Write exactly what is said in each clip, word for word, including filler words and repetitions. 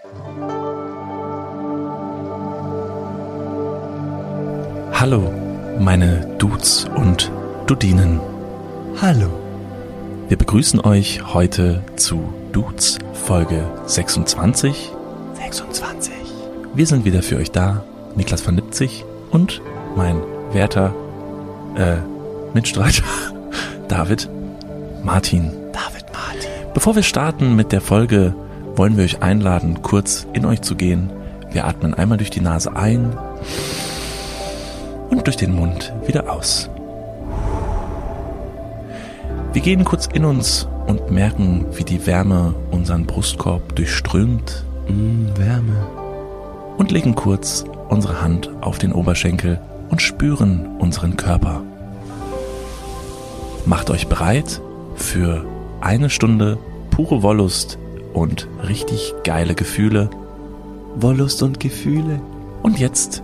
Hallo, meine Dudes und Dudinen. Hallo. Wir begrüßen euch heute zu Dudes Folge sechsundzwanzig. sechsundzwanzig. Wir sind wieder für euch da, Niklas van Lipzig und mein werter äh, Mitstreiter David Martin. David Martin. Bevor wir starten mit der Folge, wollen wir euch einladen, kurz in euch zu gehen. Wir atmen einmal durch die Nase ein und durch den Mund wieder aus. Wir gehen kurz in uns und merken, wie die Wärme unseren Brustkorb durchströmt. Mm, Wärme. Und legen kurz unsere Hand auf den Oberschenkel und spüren unseren Körper. Macht euch bereit für eine Stunde pure Wollust und richtig geile Gefühle. Wollust und Gefühle. Und jetzt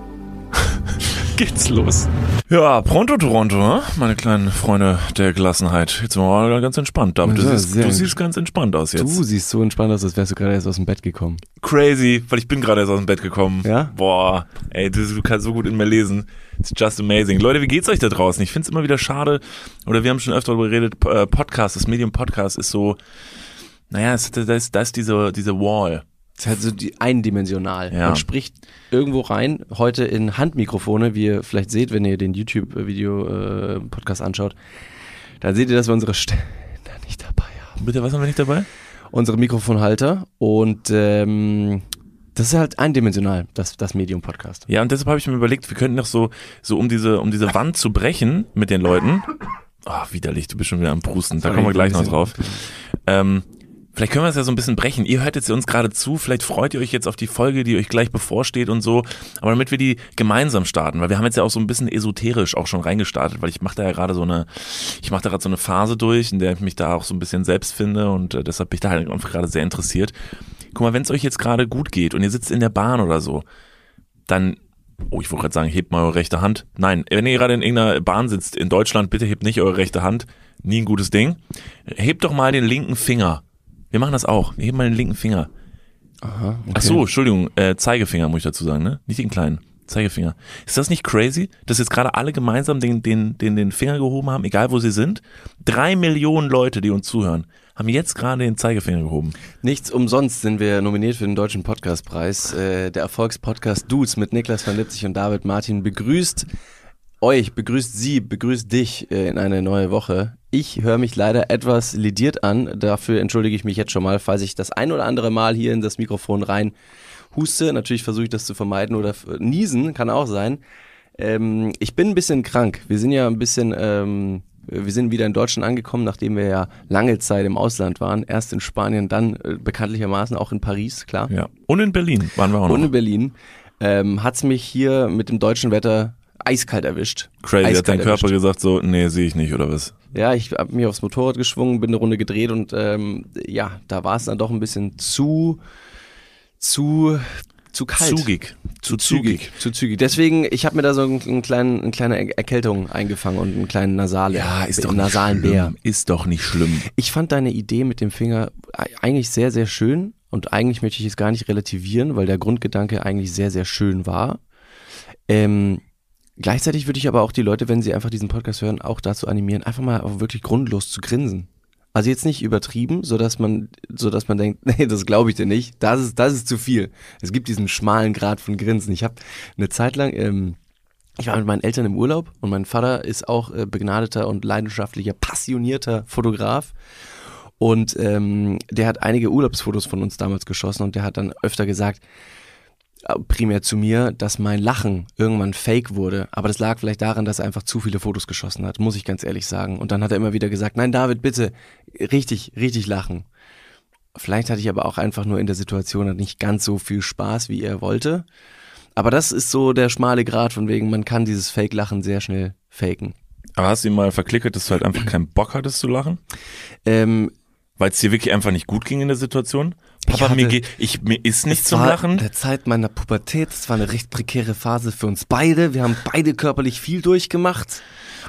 geht's los. Ja, pronto Toronto, ne? Meine kleinen Freunde der Gelassenheit. Jetzt sind wir mal ganz entspannt. David, du, Ja, siehst, sehr du siehst ganz entspannt aus jetzt. Du siehst so entspannt aus, als wärst du gerade erst aus dem Bett gekommen. Crazy, weil ich bin gerade erst aus dem Bett gekommen. Ja? Boah, ey, du, du kannst so gut in mir lesen. It's just amazing. Leute, wie geht's euch da draußen? Ich find's immer wieder schade, oder wir haben schon öfter darüber geredet, Podcast, das Medium Podcast ist so, naja, es, da ist, da ist diese, diese Wall. Es ist halt so die eindimensional. Ja. Man spricht irgendwo rein, heute in Handmikrofone, wie ihr vielleicht seht, wenn ihr den YouTube-Video-Podcast anschaut. Dann seht ihr, dass wir unsere Ständer nicht dabei haben. Bitte, was haben wir nicht dabei? Unsere Mikrofonhalter und ähm, das ist halt eindimensional, das, das Medium-Podcast. Ja, und deshalb habe ich mir überlegt, wir könnten doch so, so um diese, um diese Wand zu brechen mit den Leuten. Ah, oh, widerlich, du bist schon wieder am Prusten, da kommen wir gleich noch drauf. Ähm, Vielleicht können wir es ja so ein bisschen brechen. Ihr hört jetzt uns gerade zu, vielleicht freut ihr euch jetzt auf die Folge, die euch gleich bevorsteht und so. Aber damit wir die gemeinsam starten, weil wir haben jetzt ja auch so ein bisschen esoterisch auch schon reingestartet, weil ich mache da ja gerade so eine, ich mache da gerade so eine Phase durch, in der ich mich da auch so ein bisschen selbst finde und äh, deshalb bin ich da halt einfach gerade sehr interessiert. Guck mal, wenn es euch jetzt gerade gut geht und ihr sitzt in der Bahn oder so, dann, oh, ich wollte gerade sagen, hebt mal eure rechte Hand. Nein, wenn ihr gerade in irgendeiner Bahn sitzt in Deutschland, bitte hebt nicht eure rechte Hand. Nie ein gutes Ding. Hebt doch mal den linken Finger. Wir machen das auch. Wir heben mal den linken Finger. Aha, okay. Ach so, Entschuldigung, äh, Zeigefinger muss ich dazu sagen, ne? Nicht den kleinen, Zeigefinger. Ist das nicht crazy, dass jetzt gerade alle gemeinsam den, den, den, den Finger gehoben haben, egal wo sie sind? Drei Millionen Leute, die uns zuhören, haben jetzt gerade den Zeigefinger gehoben. Nichts umsonst sind wir nominiert für den Deutschen Podcastpreis. Äh, der Erfolgspodcast Dudes mit Niklas van Lipzig und David Martin begrüßt euch, begrüßt sie, begrüßt dich äh, in eine neue Woche. Ich höre mich leider etwas lediert an, dafür entschuldige ich mich jetzt schon mal, falls ich das ein oder andere Mal hier in das Mikrofon rein huste. Natürlich versuche ich das zu vermeiden oder f- niesen, kann auch sein. Ähm, ich bin ein bisschen krank. Wir sind ja ein bisschen, ähm, wir sind wieder in Deutschland angekommen, nachdem wir ja lange Zeit im Ausland waren. Erst in Spanien, dann äh, bekanntlichermaßen auch in Paris, klar. Ja. Und in Berlin waren wir auch noch. Und in Berlin ähm, hat's mich hier mit dem deutschen Wetter eiskalt erwischt. Crazy, eiskalt hat dein Körper erwischt. gesagt so, nee, sehe ich nicht, oder was? Ja, ich habe mich aufs Motorrad geschwungen, bin eine Runde gedreht und ähm, ja, da war es dann doch ein bisschen zu, zu, zu kalt. Zugig. Zu zügig. Zu zügig. Deswegen, ich habe mir da so einen, einen kleinen, eine kleine Erkältung eingefangen und einen kleinen Nasale, Ja, ist doch einen nicht nasalen schlimm. Bär. Ist doch nicht schlimm. Ich fand deine Idee mit dem Finger eigentlich sehr, sehr schön und eigentlich möchte ich es gar nicht relativieren, weil der Grundgedanke eigentlich sehr, sehr schön war. Ähm, Gleichzeitig würde ich aber auch die Leute, wenn sie einfach diesen Podcast hören, auch dazu animieren, einfach mal auch wirklich grundlos zu grinsen. Also jetzt nicht übertrieben, so dass man, so dass man denkt, nee, das glaube ich dir nicht. Das ist, das ist zu viel. Es gibt diesen schmalen Grad von Grinsen. Ich habe eine Zeit lang, ähm, ich war mit meinen Eltern im Urlaub und mein Vater ist auch äh, begnadeter und leidenschaftlicher, passionierter Fotograf. Und ähm, der hat einige Urlaubsfotos von uns damals geschossen und der hat dann öfter gesagt, primär zu mir, dass mein Lachen irgendwann fake wurde. Aber das lag vielleicht daran, dass er einfach zu viele Fotos geschossen hat, muss ich ganz ehrlich sagen. Und dann hat er immer wieder gesagt, nein David, bitte, richtig, richtig lachen. Vielleicht hatte ich aber auch einfach nur in der Situation nicht ganz so viel Spaß, wie er wollte. Aber das ist so der schmale Grat von wegen, man kann dieses Fake-Lachen sehr schnell faken. Aber hast du ihm mal verklickert, dass du halt einfach keinen Bock hattest zu lachen? Ähm, Weil es dir wirklich einfach nicht gut ging in der Situation? Papa, hatte, mir, geht, ich, mir ist nicht es zum war Lachen. Der Zeit meiner Pubertät, es war eine recht prekäre Phase für uns beide. Wir haben beide körperlich viel durchgemacht.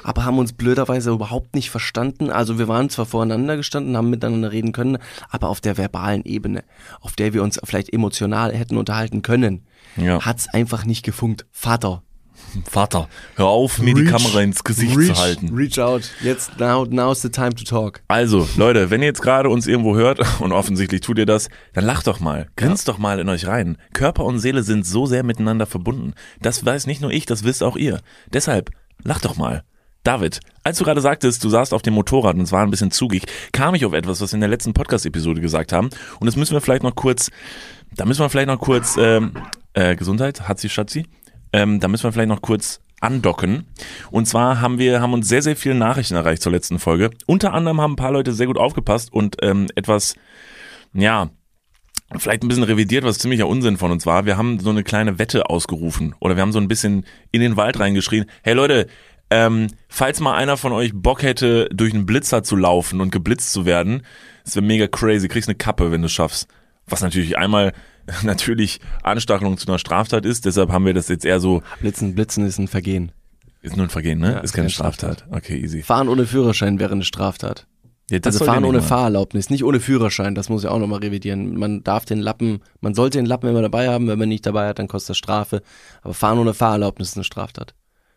aber haben uns blöderweise überhaupt nicht verstanden. Also wir waren zwar voreinander gestanden, haben miteinander reden können, aber auf der verbalen Ebene, auf der wir uns vielleicht emotional hätten unterhalten können, Ja. hat's einfach nicht gefunkt. Vater. Vater, hör auf, mir die Kamera ins Gesicht reach, zu halten. Reach out. Jetzt, now, now's the time to talk. Also, Leute, wenn ihr jetzt gerade uns irgendwo hört, und offensichtlich tut ihr das, dann lacht doch mal, grinst doch mal in euch rein. Körper und Seele sind so sehr miteinander verbunden. Das weiß nicht nur ich, das wisst auch ihr. Deshalb, lacht doch mal. David, als du gerade sagtest, du saßt auf dem Motorrad und es war ein bisschen zugig, kam ich auf etwas, was wir in der letzten Podcast-Episode gesagt haben. Und das müssen wir vielleicht noch kurz, da müssen wir vielleicht noch kurz, ähm, äh, Gesundheit, Hatzi Schatzi, ähm, da müssen wir vielleicht noch kurz andocken. Und zwar haben wir, haben uns sehr, sehr viele Nachrichten erreicht zur letzten Folge. Unter anderem haben ein paar Leute sehr gut aufgepasst und ähm, etwas, ja, vielleicht ein bisschen revidiert, was ziemlicher Unsinn von uns war. Wir haben so eine kleine Wette ausgerufen oder wir haben so ein bisschen in den Wald reingeschrien, hey Leute, ähm, falls mal einer von euch Bock hätte, durch einen Blitzer zu laufen und geblitzt zu werden, das wäre mega crazy, kriegst eine Kappe, wenn du es schaffst. Was natürlich einmal natürlich Anstachelung zu einer Straftat ist, deshalb haben wir das jetzt eher so... Blitzen, Blitzen ist ein Vergehen. Ist nur ein Vergehen, ne? Ja, ist keine Straftat. Straftat. Okay, easy. Fahren ohne Führerschein wäre eine Straftat. Ja, das also fahren ohne machen. Fahrerlaubnis, nicht ohne Führerschein, das muss ich auch nochmal revidieren. Man darf den Lappen, man sollte den Lappen immer dabei haben, wenn man nicht dabei hat, dann kostet das Strafe. Aber fahren ohne Fahrerlaubnis ist eine Straftat.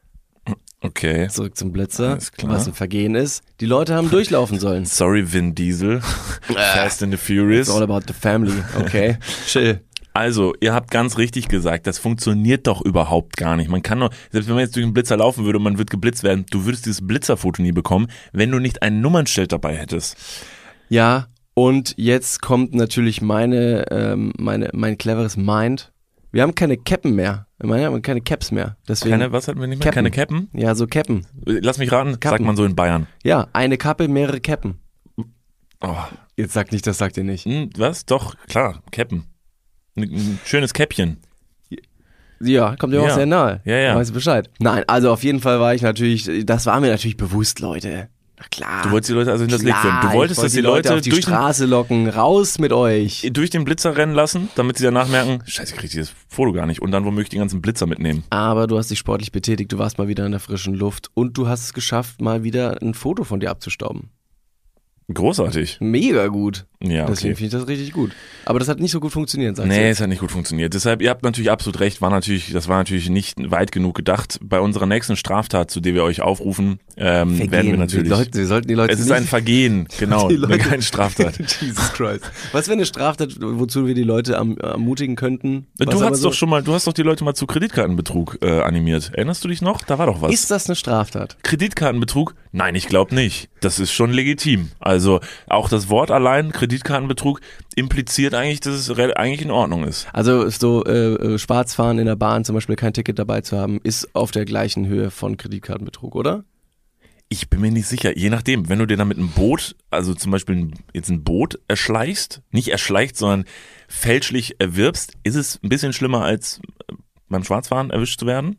Okay. Zurück zum Blitzer, Alles klar. was ein Vergehen ist. Die Leute haben durchlaufen sollen. Sorry, Vin Diesel. Fast and the Furious. It's all about the family, okay? Chill. Also, ihr habt ganz richtig gesagt, das funktioniert doch überhaupt gar nicht. Man kann doch, selbst wenn man jetzt durch einen Blitzer laufen würde und man wird geblitzt werden, du würdest dieses Blitzerfoto nie bekommen, wenn du nicht ein Nummernschild dabei hättest. Ja, und jetzt kommt natürlich meine, ähm, meine, mein cleveres Mind. Wir haben keine Cappen mehr. Ich meine, wir haben keine Caps mehr. Deswegen Keine, was hatten wir nicht mehr? Cappen. Keine Cappen? Ja, so Cappen. Lass mich raten, Kappen. sagt man so in Bayern. Ja, eine Kappe, mehrere Cappen. Oh. Jetzt sag nicht, das sagt ihr nicht. Hm, was? Doch, klar, Cappen. Ein, ein schönes Käppchen. Ja, kommt dir Ja. auch sehr nahe. Ja, ja. Weißt du Bescheid. Nein, also auf jeden Fall war ich natürlich, das war mir natürlich bewusst, Leute. Na klar. Du wolltest die Leute also in das Licht führen. Du Klar, wolltest, ich dass die wollte Leute auf die durch den, Straße locken. Raus mit euch. durch den Blitzer rennen lassen, damit sie danach merken, scheiße, ich krieg dieses Foto gar nicht und dann womöglich den ganzen Blitzer mitnehmen. Aber du hast dich sportlich betätigt, du warst mal wieder in der frischen Luft und du hast es geschafft, mal wieder ein Foto von dir abzustauben. Großartig. Mega gut. Ja, Deswegen okay. finde ich das richtig gut. Aber das hat nicht so gut funktioniert, sagst Nee, du. es hat nicht gut funktioniert. Deshalb, ihr habt natürlich absolut recht, war natürlich, das war natürlich nicht weit genug gedacht. Bei unserer nächsten Straftat, zu der wir euch aufrufen, ähm, Vergehen. werden wir natürlich. Die Leute, wir sollten die Leute es ist nicht, ein Vergehen, genau, die Leute, keine Straftat. Jesus Christ. Was wäre eine Straftat, wozu wir die Leute am, ermutigen könnten? Was Du aber hast so, doch schon mal, du hast doch die Leute mal zu Kreditkartenbetrug äh, animiert. Erinnerst du dich noch? Da war doch was. Ist das eine Straftat? Kreditkartenbetrug? Nein, ich glaube nicht. Das ist schon legitim. Also auch das Wort allein, Kreditkartenbetrug, impliziert eigentlich, dass es re- eigentlich in Ordnung ist. Also so äh, Schwarzfahren in der Bahn, zum Beispiel kein Ticket dabei zu haben, ist auf der gleichen Höhe von Kreditkartenbetrug, oder? Ich bin mir nicht sicher. Je nachdem, wenn du dir damit ein Boot, also zum Beispiel ein, jetzt ein Boot erschleichst, nicht erschleicht, sondern fälschlich erwirbst, ist es ein bisschen schlimmer als beim Schwarzfahren erwischt zu werden.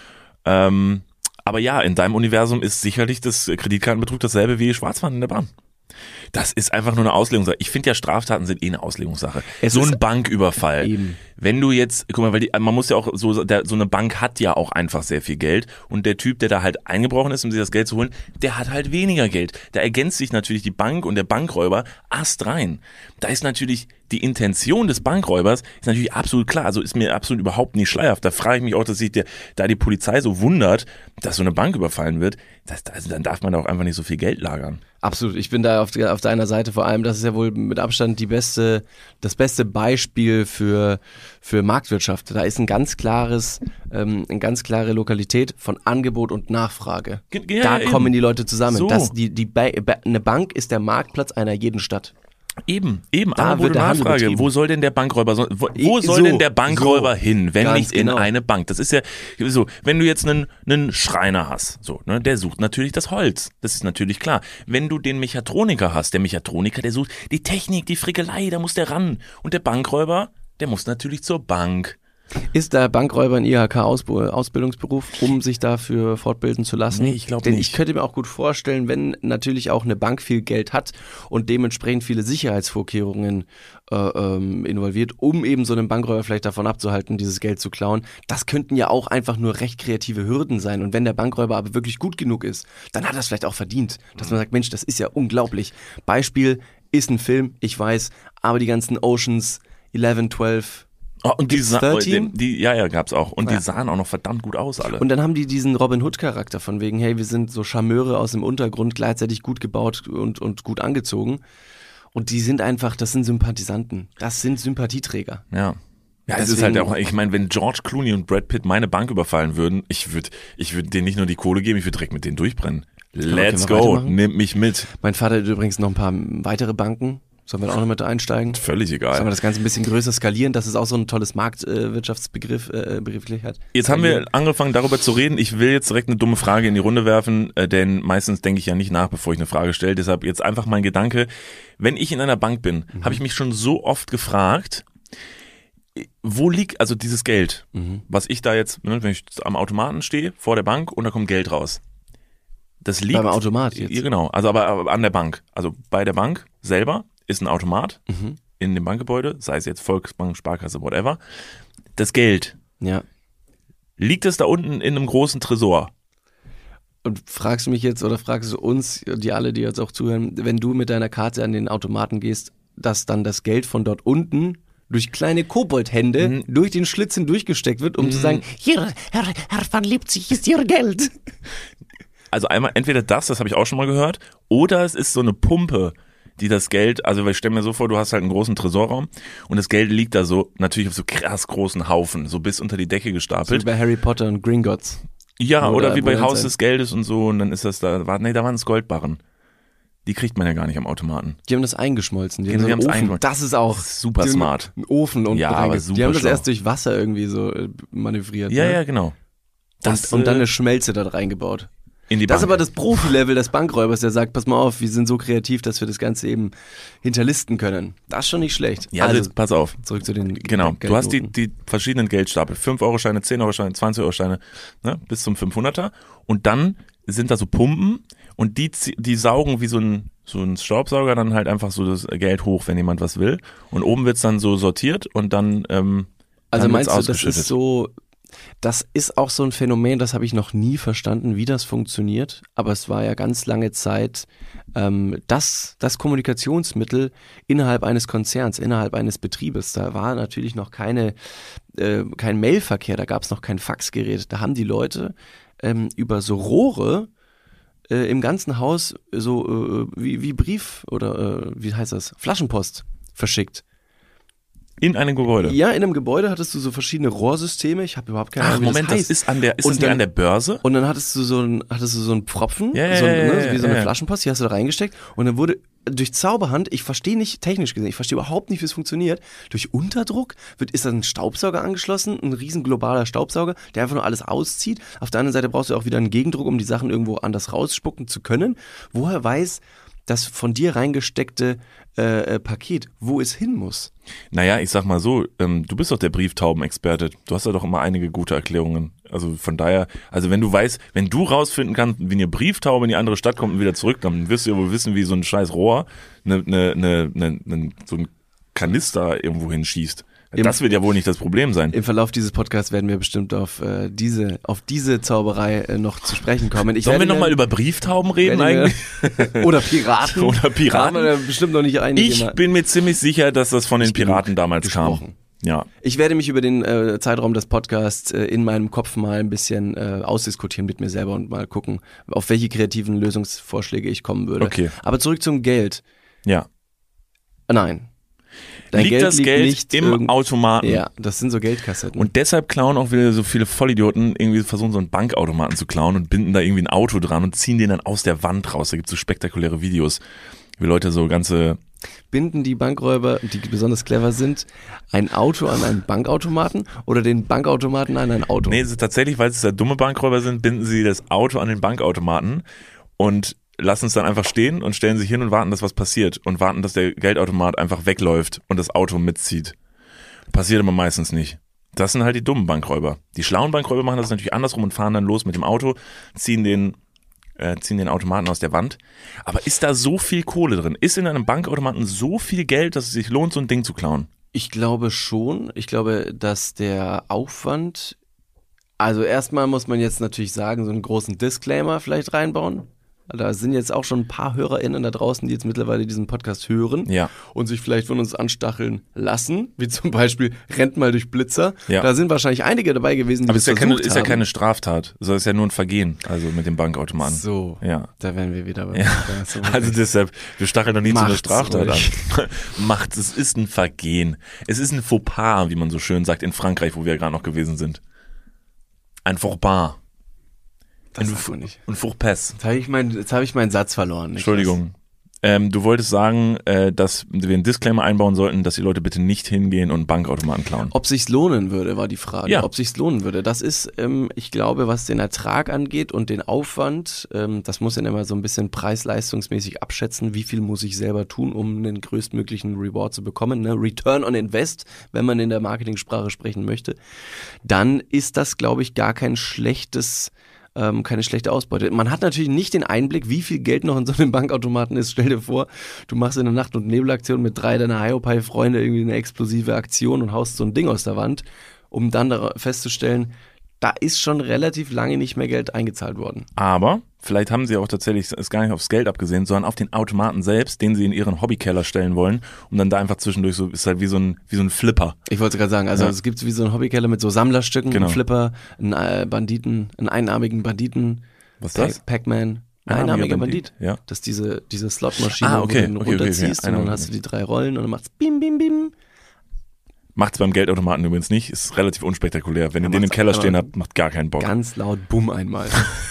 Ähm, aber ja, in deinem Universum ist sicherlich das Kreditkartenbetrug dasselbe wie Schwarzfahren in der Bahn. Das ist einfach nur eine Auslegungssache. Ich finde ja, Straftaten sind eh eine Auslegungssache. Es so ist ein Banküberfall. eben. Wenn du jetzt, guck mal, weil die, man muss ja auch so, der, so eine Bank hat ja auch einfach sehr viel Geld und der Typ, der da halt eingebrochen ist, um sich das Geld zu holen, der hat halt weniger Geld. Da ergänzt sich natürlich die Bank und der Bankräuber astrein. Da ist natürlich die Intention des Bankräubers ist natürlich absolut klar, also ist mir absolut überhaupt nicht schleierhaft. Da frage ich mich auch, dass sich der, da die Polizei so wundert, dass so eine Bank überfallen wird. Das, also dann darf man da auch einfach nicht so viel Geld lagern. Absolut, ich bin da auf, auf deiner Seite, vor allem, das ist ja wohl mit Abstand die beste, das beste Beispiel für, für Marktwirtschaft. Da ist ein ganz klares, ähm, eine ganz klare Lokalität von Angebot und Nachfrage. Ja, da ja, kommen eben. die Leute zusammen. So. Das, die, die ba- ba- eine Bank ist der Marktplatz einer jeden Stadt. Eben, eben, Da aber wo wird du der Handel Nachfrage, betrieben. wo soll denn der Bankräuber, so, wo, wo soll So, denn der Bankräuber so. hin, wenn Ganz nicht in genau. eine Bank? Das ist ja so, wenn du jetzt einen, einen Schreiner hast, so, ne, der sucht natürlich das Holz, das ist natürlich klar. Wenn du den Mechatroniker hast, der Mechatroniker, der sucht die Technik, die Frickelei, da muss der ran. Und der Bankräuber, der muss natürlich zur Bank. Ist der Bankräuber ein I H K-Ausbildungsberuf, um sich dafür fortbilden zu lassen? Nee, ich glaube Denn nicht. ich könnte mir auch gut vorstellen, wenn natürlich auch eine Bank viel Geld hat und dementsprechend viele Sicherheitsvorkehrungen äh, ähm, involviert, um eben so einen Bankräuber vielleicht davon abzuhalten, dieses Geld zu klauen. Das könnten ja auch einfach nur recht kreative Hürden sein. Und wenn der Bankräuber aber wirklich gut genug ist, dann hat er es vielleicht auch verdient, dass man sagt, Mensch, das ist ja unglaublich. Beispiel ist ein Film, ich weiß, aber die ganzen Oceans elf, zwölf Oh, und die, Gibt's sa- dreizehn? die, ja, ja, gab's auch. Und Ja. die sahen auch noch verdammt gut aus, alle. Und dann haben die diesen Robin Hood-Charakter von wegen, hey, wir sind so Charmeure aus dem Untergrund, gleichzeitig gut gebaut und, und gut angezogen. Und die sind einfach, das sind Sympathisanten. Das sind Sympathieträger. Ja. Ja, es ist Deswegen- halt auch, ich meine, wenn George Clooney und Brad Pitt meine Bank überfallen würden, ich würde ich würd denen nicht nur die Kohle geben, ich würde direkt mit denen durchbrennen. Let's können wir go, weitermachen? nimm mich mit. Mein Vater hat übrigens noch ein paar weitere Banken. Sollen wir da auch noch mit einsteigen? Völlig Sollen wir egal. das Ganze ein bisschen größer skalieren, dass es auch so ein tolles Marktwirtschaftsbegriff äh, begrifflich hat? Jetzt haben wir angefangen darüber zu reden. Ich will jetzt direkt eine dumme Frage in die Runde werfen, äh, denn meistens denke ich ja nicht nach, bevor ich eine Frage stelle. Deshalb jetzt einfach mein Gedanke. Wenn ich in einer Bank bin, Mhm. habe ich mich schon so oft gefragt, wo liegt also dieses Geld, Mhm. was ich da jetzt, ne, wenn ich am Automaten stehe, vor der Bank und da kommt Geld raus. Das liegt Beim Automat jetzt? Ja, genau, also aber, aber an der Bank. Also bei der Bank selber ist ein Automat Mhm. in dem Bankgebäude, sei es jetzt Volksbank, Sparkasse, whatever. Das Geld, Ja. liegt es da unten in einem großen Tresor? Und fragst du mich jetzt oder fragst du uns, die alle, die jetzt auch zuhören, wenn du mit deiner Karte an den Automaten gehst, dass dann das Geld von dort unten durch kleine Koboldhände Mhm. durch den Schlitz hindurchgesteckt wird, um zu sagen, hier, Herr, Herr van Lipzig, ist Ihr Geld. Also einmal entweder das, das habe ich auch schon mal gehört, oder es ist so eine Pumpe, die das Geld, also ich stelle mir so vor, du hast halt einen großen Tresorraum und das Geld liegt da so natürlich auf so krass großen Haufen, so bis unter die Decke So gestapelt. wie bei Harry Potter und Gringotts. Ja, Oder oder, wie wo bei dann Haus sein- des Geldes und so und dann ist das da, war, nee, da waren es Goldbarren. Die kriegt man ja gar nicht am Automaten. Die haben das eingeschmolzen. Die Genau, haben die so haben's einen Ofen. eingeschmolzen. Das ist auch Das ist super die haben smart. Einen Ofen und Ja, aber reinge- super Die haben das schlau. erst durch Wasser irgendwie so äh, manövriert. Ja, ne? ja, genau. Das, und, und dann äh, eine Schmelze da reingebaut. in die Das ist Bank. aber das Profi-Level des Bankräubers, der sagt, pass mal auf, wir sind so kreativ, dass wir das Ganze eben hinterlisten können. Das ist schon nicht schlecht. Ja, also, pass auf. zurück zu den Genau, du hast die, Geldnoten. die verschiedenen Geldstapel, fünf Euro Scheine, zehn Euro Scheine, zwanzig Euro Scheine, ne, bis zum fünfhunderter und dann sind da so Pumpen und die, zie- die saugen wie so ein, so ein Staubsauger dann halt einfach so das Geld hoch, wenn jemand was will und oben wird's dann so sortiert und dann ähm, Also dann meinst wird's du, das ausgeschüttet. ist so, das ist auch so ein Phänomen, das habe ich noch nie verstanden, wie das funktioniert, aber es war ja ganz lange Zeit ähm, das, das Kommunikationsmittel innerhalb eines Konzerns, innerhalb eines Betriebes. Da war natürlich noch keine, äh, kein Mailverkehr, da gab es noch kein Faxgerät. Da haben die Leute ähm, über so Rohre äh, im ganzen Haus so äh, wie, wie Brief oder äh, wie heißt das, Flaschenpost verschickt. In einem Gebäude. Ja, in einem Gebäude hattest du so verschiedene Rohrsysteme. Ich habe überhaupt keine Ach, Ahnung, wie Moment, das das heißt. ist an der, ist Und das nicht dann- an der Börse? Und dann hattest du so einen, hattest du so einen Pfropfen, Ja, ja, so, ein, ja, ne, ja, wie so eine ja. Flaschenpost, die hast du da reingesteckt und dann wurde durch Zauberhand, ich verstehe nicht technisch gesehen, ich verstehe überhaupt nicht, wie es funktioniert, durch Unterdruck wird, ist da ein Staubsauger angeschlossen, ein riesen globaler Staubsauger, der einfach nur alles auszieht. Auf der anderen Seite brauchst du auch wieder einen Gegendruck, um die Sachen irgendwo anders rausspucken zu können. Woher weiß das von dir reingesteckte äh, äh, Paket, wo es hin muss? Naja, ich sag mal so, ähm, du bist doch der Brieftaubenexperte. Du hast ja doch immer einige gute Erklärungen. Also von daher, also wenn du weißt, wenn du rausfinden kannst, wie eine Brieftaube in die andere Stadt kommt und wieder zurück, dann wirst du ja wohl wissen, wie so ein scheiß Rohr ne, ne, ne, ne, ne, so ein Kanister irgendwo hinschießt. Das wird ja wohl nicht das Problem sein. Im Verlauf dieses Podcasts werden wir bestimmt auf äh, diese auf diese Zauberei äh, noch zu sprechen kommen. Ich Sollen wir werde nochmal mir- über Brieftauben reden werde eigentlich? mir- Oder Piraten. Oder Piraten? Da haben wir bestimmt noch nicht einige Ich mal- bin mir ziemlich sicher, dass das von den genug Piraten damals gesprochen. kam. Ja. Ich werde mich über den äh, Zeitraum des Podcasts äh, in meinem Kopf mal ein bisschen äh, ausdiskutieren mit mir selber und mal gucken, auf welche kreativen Lösungsvorschläge ich kommen würde. Okay. Aber zurück zum Geld. Ja. Nein. Dein Liegt das Geld nicht im irgend- Automaten? Ja, das sind so Geldkassetten. Und deshalb klauen auch wieder so viele Vollidioten, irgendwie versuchen so einen Bankautomaten zu klauen und binden da irgendwie ein Auto dran und ziehen den dann aus der Wand raus. Da gibt es so spektakuläre Videos, wie Leute so ganze, Binden die Bankräuber, die besonders clever sind, ein Auto an einen Bankautomaten oder den Bankautomaten an ein Auto? nee, es ist tatsächlich, weil es ja dumme Bankräuber sind, binden sie das Auto an den Bankautomaten und lassen es dann einfach stehen und stellen sich hin und warten, dass was passiert und warten, dass der Geldautomat einfach wegläuft und das Auto mitzieht. Passiert aber meistens nicht. Das sind halt die dummen Bankräuber. Die schlauen Bankräuber machen das natürlich andersrum und fahren dann los mit dem Auto, ziehen den, äh, ziehen den Automaten aus der Wand. Aber ist da so viel Kohle drin? Ist in einem Bankautomaten so viel Geld, dass es sich lohnt, so ein Ding zu klauen? Ich glaube schon. Ich glaube, dass der Aufwand, also erstmal muss man jetzt natürlich sagen, so einen großen Disclaimer vielleicht reinbauen. Da sind jetzt auch schon ein paar HörerInnen da draußen, die jetzt mittlerweile diesen Podcast hören Ja. und sich vielleicht von uns anstacheln lassen, wie zum Beispiel rennt mal durch Blitzer. Ja. Da sind wahrscheinlich einige dabei gewesen, die Aber das ist ja, keine, versucht ist ja haben. keine Straftat, sondern ist ja nur ein Vergehen, also mit dem Bankautomaten. So, Ja. da wären wir wieder bei. Ja. da hast du Also recht. deshalb, wir stacheln doch nie zu einer Macht's Straftat ruhig. an. Macht's, es ist ein Vergehen. Es ist ein Fauxpas, wie man so schön sagt in Frankreich, wo wir ja gerade noch gewesen sind. Ein Fauxpas. Das ein sagt man nicht. Ein Fauxpas. Jetzt habe ich, mein, jetzt hab ich meinen Satz verloren. Niklas. Entschuldigung. Ähm, du wolltest sagen, äh, dass wir einen Disclaimer einbauen sollten, dass die Leute bitte nicht hingehen und Bankautomaten klauen. Ob sich's lohnen würde, war die Frage. Ja. Ob sich's lohnen würde. Das ist, ähm, ich glaube, was den Ertrag angeht und den Aufwand, ähm, das muss man immer so ein bisschen preis-leistungsmäßig abschätzen. Wie viel muss ich selber tun, um einen größtmöglichen Reward zu bekommen? Ne? Return on Invest, wenn man in der Marketingsprache sprechen möchte. Dann ist das, glaube ich, gar kein schlechtes Ähm, keine schlechte Ausbeute. Man hat natürlich nicht den Einblick, wie viel Geld noch in so einem Bankautomaten ist. Stell dir vor, du machst in der Nacht- und Nebelaktion mit drei deiner Hiopai-Freunde irgendwie eine explosive Aktion und haust so ein Ding aus der Wand, um dann da festzustellen, da ist schon relativ lange nicht mehr Geld eingezahlt worden. Aber vielleicht haben sie auch tatsächlich es gar nicht aufs Geld abgesehen, sondern auf den Automaten selbst, den sie in ihren Hobbykeller stellen wollen, um dann da einfach zwischendurch so, ist halt wie so ein, wie so ein Flipper. Ich wollte gerade sagen, also Ja. es gibt wie so einen Hobbykeller mit so Sammlerstücken, Genau. einen Flipper, einen äh, Banditen, einen einarmigen Banditen, Was ist Pac- das? Pac-Man, ein Einarmiger einarmiger Bandit, Bandit. ja. Das ist diese, diese Slotmaschine, Ah, okay, wo du den okay, okay, runterziehst okay. und dann Einarmiger hast du die drei Rollen und dann macht's bim, bim, bim. Macht's beim Geldautomaten übrigens nicht, ist relativ unspektakulär. Wenn ihr Ja, den im macht's Keller aber stehen habt, macht gar keinen Bock. Ganz laut Bumm einmal.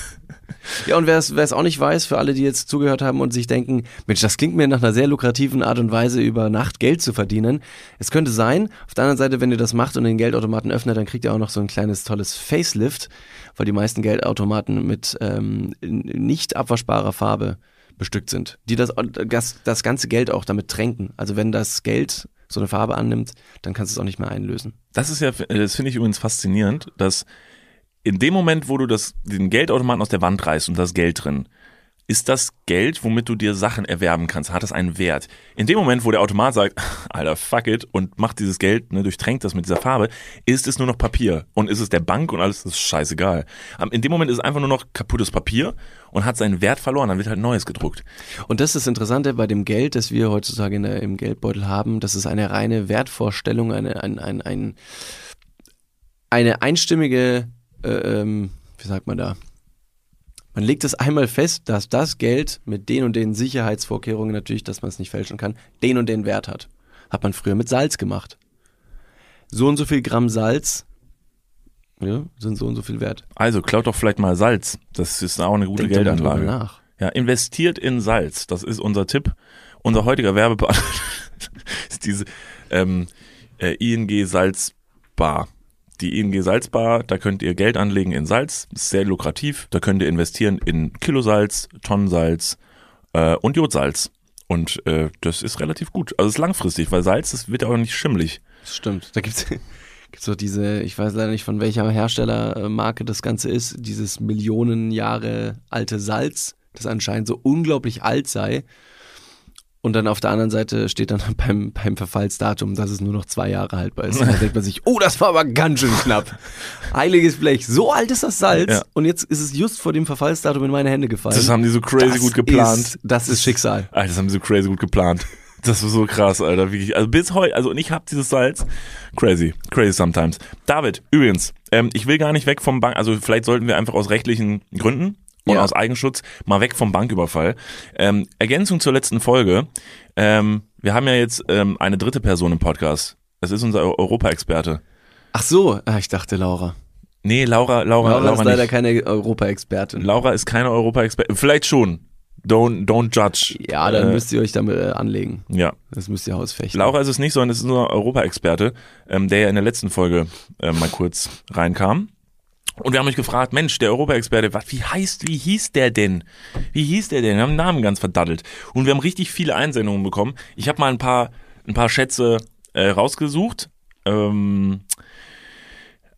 Ja, und wer es auch nicht weiß, für alle, die jetzt zugehört haben und sich denken, Mensch, das klingt mir nach einer sehr lukrativen Art und Weise, über Nacht Geld zu verdienen. Es könnte sein, auf der anderen Seite, wenn ihr das macht und den Geldautomaten öffnet, dann kriegt ihr auch noch so ein kleines, tolles Facelift, weil die meisten Geldautomaten mit ähm, nicht abwaschbarer Farbe bestückt sind, die das, das, das ganze Geld auch damit tränken. Also wenn das Geld so eine Farbe annimmt, dann kannst du es auch nicht mehr einlösen. Das ist ja, das finde ich übrigens faszinierend, dass in dem Moment, wo du das, den Geldautomaten aus der Wand reißt und das Geld drin, ist das Geld, womit du dir Sachen erwerben kannst, hat das einen Wert. In dem Moment, wo der Automat sagt, Alter, fuck it, und macht dieses Geld, ne, durchtränkt das mit dieser Farbe, ist es nur noch Papier. Und ist es der Bank und alles, das ist scheißegal. In dem Moment ist es einfach nur noch kaputtes Papier und hat seinen Wert verloren, dann wird halt Neues gedruckt. Und das ist das Interessante bei dem Geld, das wir heutzutage in der, im Geldbeutel haben, das ist eine reine Wertvorstellung, eine, ein, ein, ein, eine einstimmige, äh, ähm, wie sagt man da, man legt es einmal fest, dass das Geld mit den und den Sicherheitsvorkehrungen natürlich, dass man es nicht fälschen kann, den und den Wert hat. Hat man früher mit Salz gemacht. So und so viel Gramm Salz, ja, sind so und so viel wert. Also klaut doch vielleicht mal Salz. Das ist auch eine gute Denkt doch mal Geldanlage. drüber nach. Ja, investiert in Salz. Das ist unser Tipp. Unser heutiger Werbepartner ist diese ähm, äh, I N G Salzbar. Die I N G Salzbar, da könnt ihr Geld anlegen in Salz. Ist sehr lukrativ. Da könnt ihr investieren in Kilosalz, Tonnensalz äh, und Jodsalz. Und äh, das ist relativ gut. Also es ist langfristig, weil Salz, das wird ja auch nicht schimmelig. Das stimmt. Da gibt's gibt's doch diese, ich weiß leider nicht, von welcher Herstellermarke das Ganze ist, dieses Millionen Jahre alte Salz, das anscheinend so unglaublich alt sei. Und dann auf der anderen Seite steht dann beim, beim Verfallsdatum, dass es nur noch zwei Jahre haltbar ist. Und dann denkt man sich, oh, das war aber ganz schön knapp. Heiliges Blech, so alt ist das Salz. Ja. Und jetzt ist es just vor dem Verfallsdatum in meine Hände gefallen. Das haben die so crazy das gut geplant. Ist, das ist Schicksal. Alter, das haben die so crazy gut geplant. Das war so krass, Alter. Wirklich. Also bis heute, also und ich hab dieses Salz. Crazy. Crazy sometimes. David, übrigens, ähm, ich will gar nicht weg vom Bank, also vielleicht sollten wir einfach aus rechtlichen Gründen und Ja. aus Eigenschutz mal weg vom Banküberfall. Ähm, Ergänzung zur letzten Folge. Ähm, wir haben ja jetzt ähm, eine dritte Person im Podcast. Das ist unser Eu- Europa-Experte. Ach so, ah, ich dachte Laura. Nee, Laura, Laura, Laura, Laura ist leider nicht. keine Europa-Expertin. Laura ist keine Europa-Expertin. Vielleicht schon. Don't, don't judge. Ja, dann Äh, müsst ihr euch damit äh, anlegen. Ja. Das müsst ihr ausfechten. Laura ist es nicht, sondern es ist unser Europa-Experte, ähm, der ja in der letzten Folge äh, mal kurz reinkam. Und wir haben euch gefragt, Mensch, der Europa-Experte, was, wie heißt, wie hieß der denn? Wie hieß der denn? Wir haben den Namen ganz verdattelt. Und wir haben richtig viele Einsendungen bekommen. Ich habe mal ein paar, ein paar Schätze äh, rausgesucht. Ähm,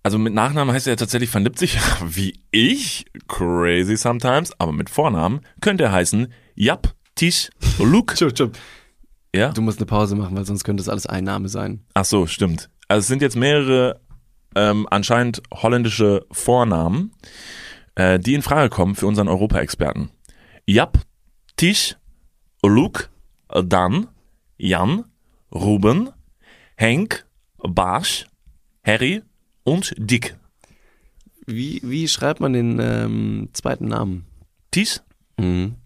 Also mit Nachnamen heißt er ja tatsächlich Van Lipzig, wie ich, crazy sometimes, aber mit Vornamen könnte er heißen Jaap Ties Luc. Schub, schub. Ja? Du musst eine Pause machen, weil sonst könnte das alles ein Name sein. Ach so, stimmt. Also es sind jetzt mehrere ähm, anscheinend holländische Vornamen, äh, die in Frage kommen für unseren Europa-Experten. Jaap Ties Luc, Dan, Jan, Ruben, Henk, Baas, Harry und Dick. Wie, wie schreibt man den ähm, zweiten Namen? Ties? Mhm.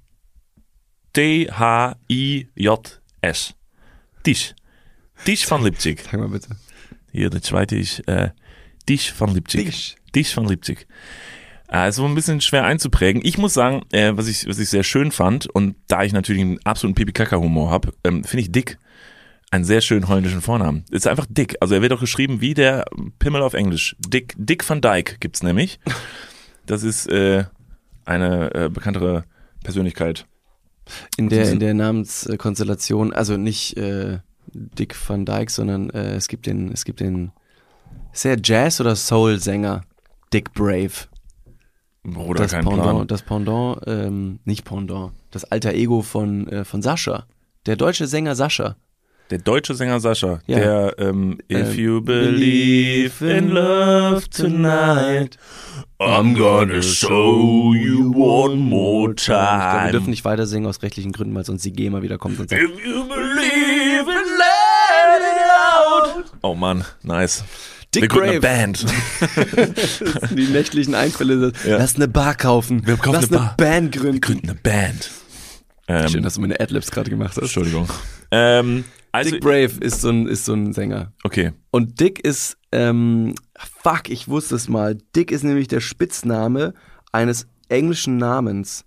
T H I J S. Ties. Ties van Lipzig. Sag mal bitte. Hier, der zweite ist äh, Ties van Lipzig. Ties. Ties van Lipzig. Äh, ist so ein bisschen schwer einzuprägen. Ich muss sagen, äh, was ich, was ich sehr schön fand, und da ich natürlich einen absoluten Pipi-Kaka-Humor habe, ähm, finde ich Dick einen sehr schönen holländischen Vornamen. Ist einfach Dick. Also er wird auch geschrieben wie der Pimmel auf Englisch. Dick, Dick van Dijk gibt's nämlich. Das ist äh, eine äh, bekanntere Persönlichkeit. In der, in der Namenskonstellation, also nicht äh, Dick van Dijk, sondern äh, es gibt den, es gibt den, ist der Jazz- oder Soul-Sänger Dick Brave. Bruder, das kein Pendant, Plan. das Pendant, ähm, nicht Pendant, das alter Ego von, äh, von Sascha. Der deutsche Sänger Sascha. Der deutsche Sänger Sascha, Ja. der ähm, If Ähm, you believe in love tonight, I'm gonna show you one more Ich glaube, wir time. dürfen nicht weiter singen aus rechtlichen Gründen, weil sonst die GEMA wieder kommt und sagt, If you believe in let it out. Oh Mann, nice. Dick Wir gründen eine Brave. Band. Die nächtlichen Einfälle, Ja. lass eine Bar kaufen, Wir kaufen lass eine eine, Bar. Band gründen. Wir gründen eine Band. Ähm, Schön, dass du meine Adlibs gerade gemacht hast. Entschuldigung. Ähm, also, Dick Brave ist so ein, ist so ein Sänger. okay. Und Dick ist, ähm, fuck, ich wusste es mal. Dick ist nämlich der Spitzname eines englischen Namens.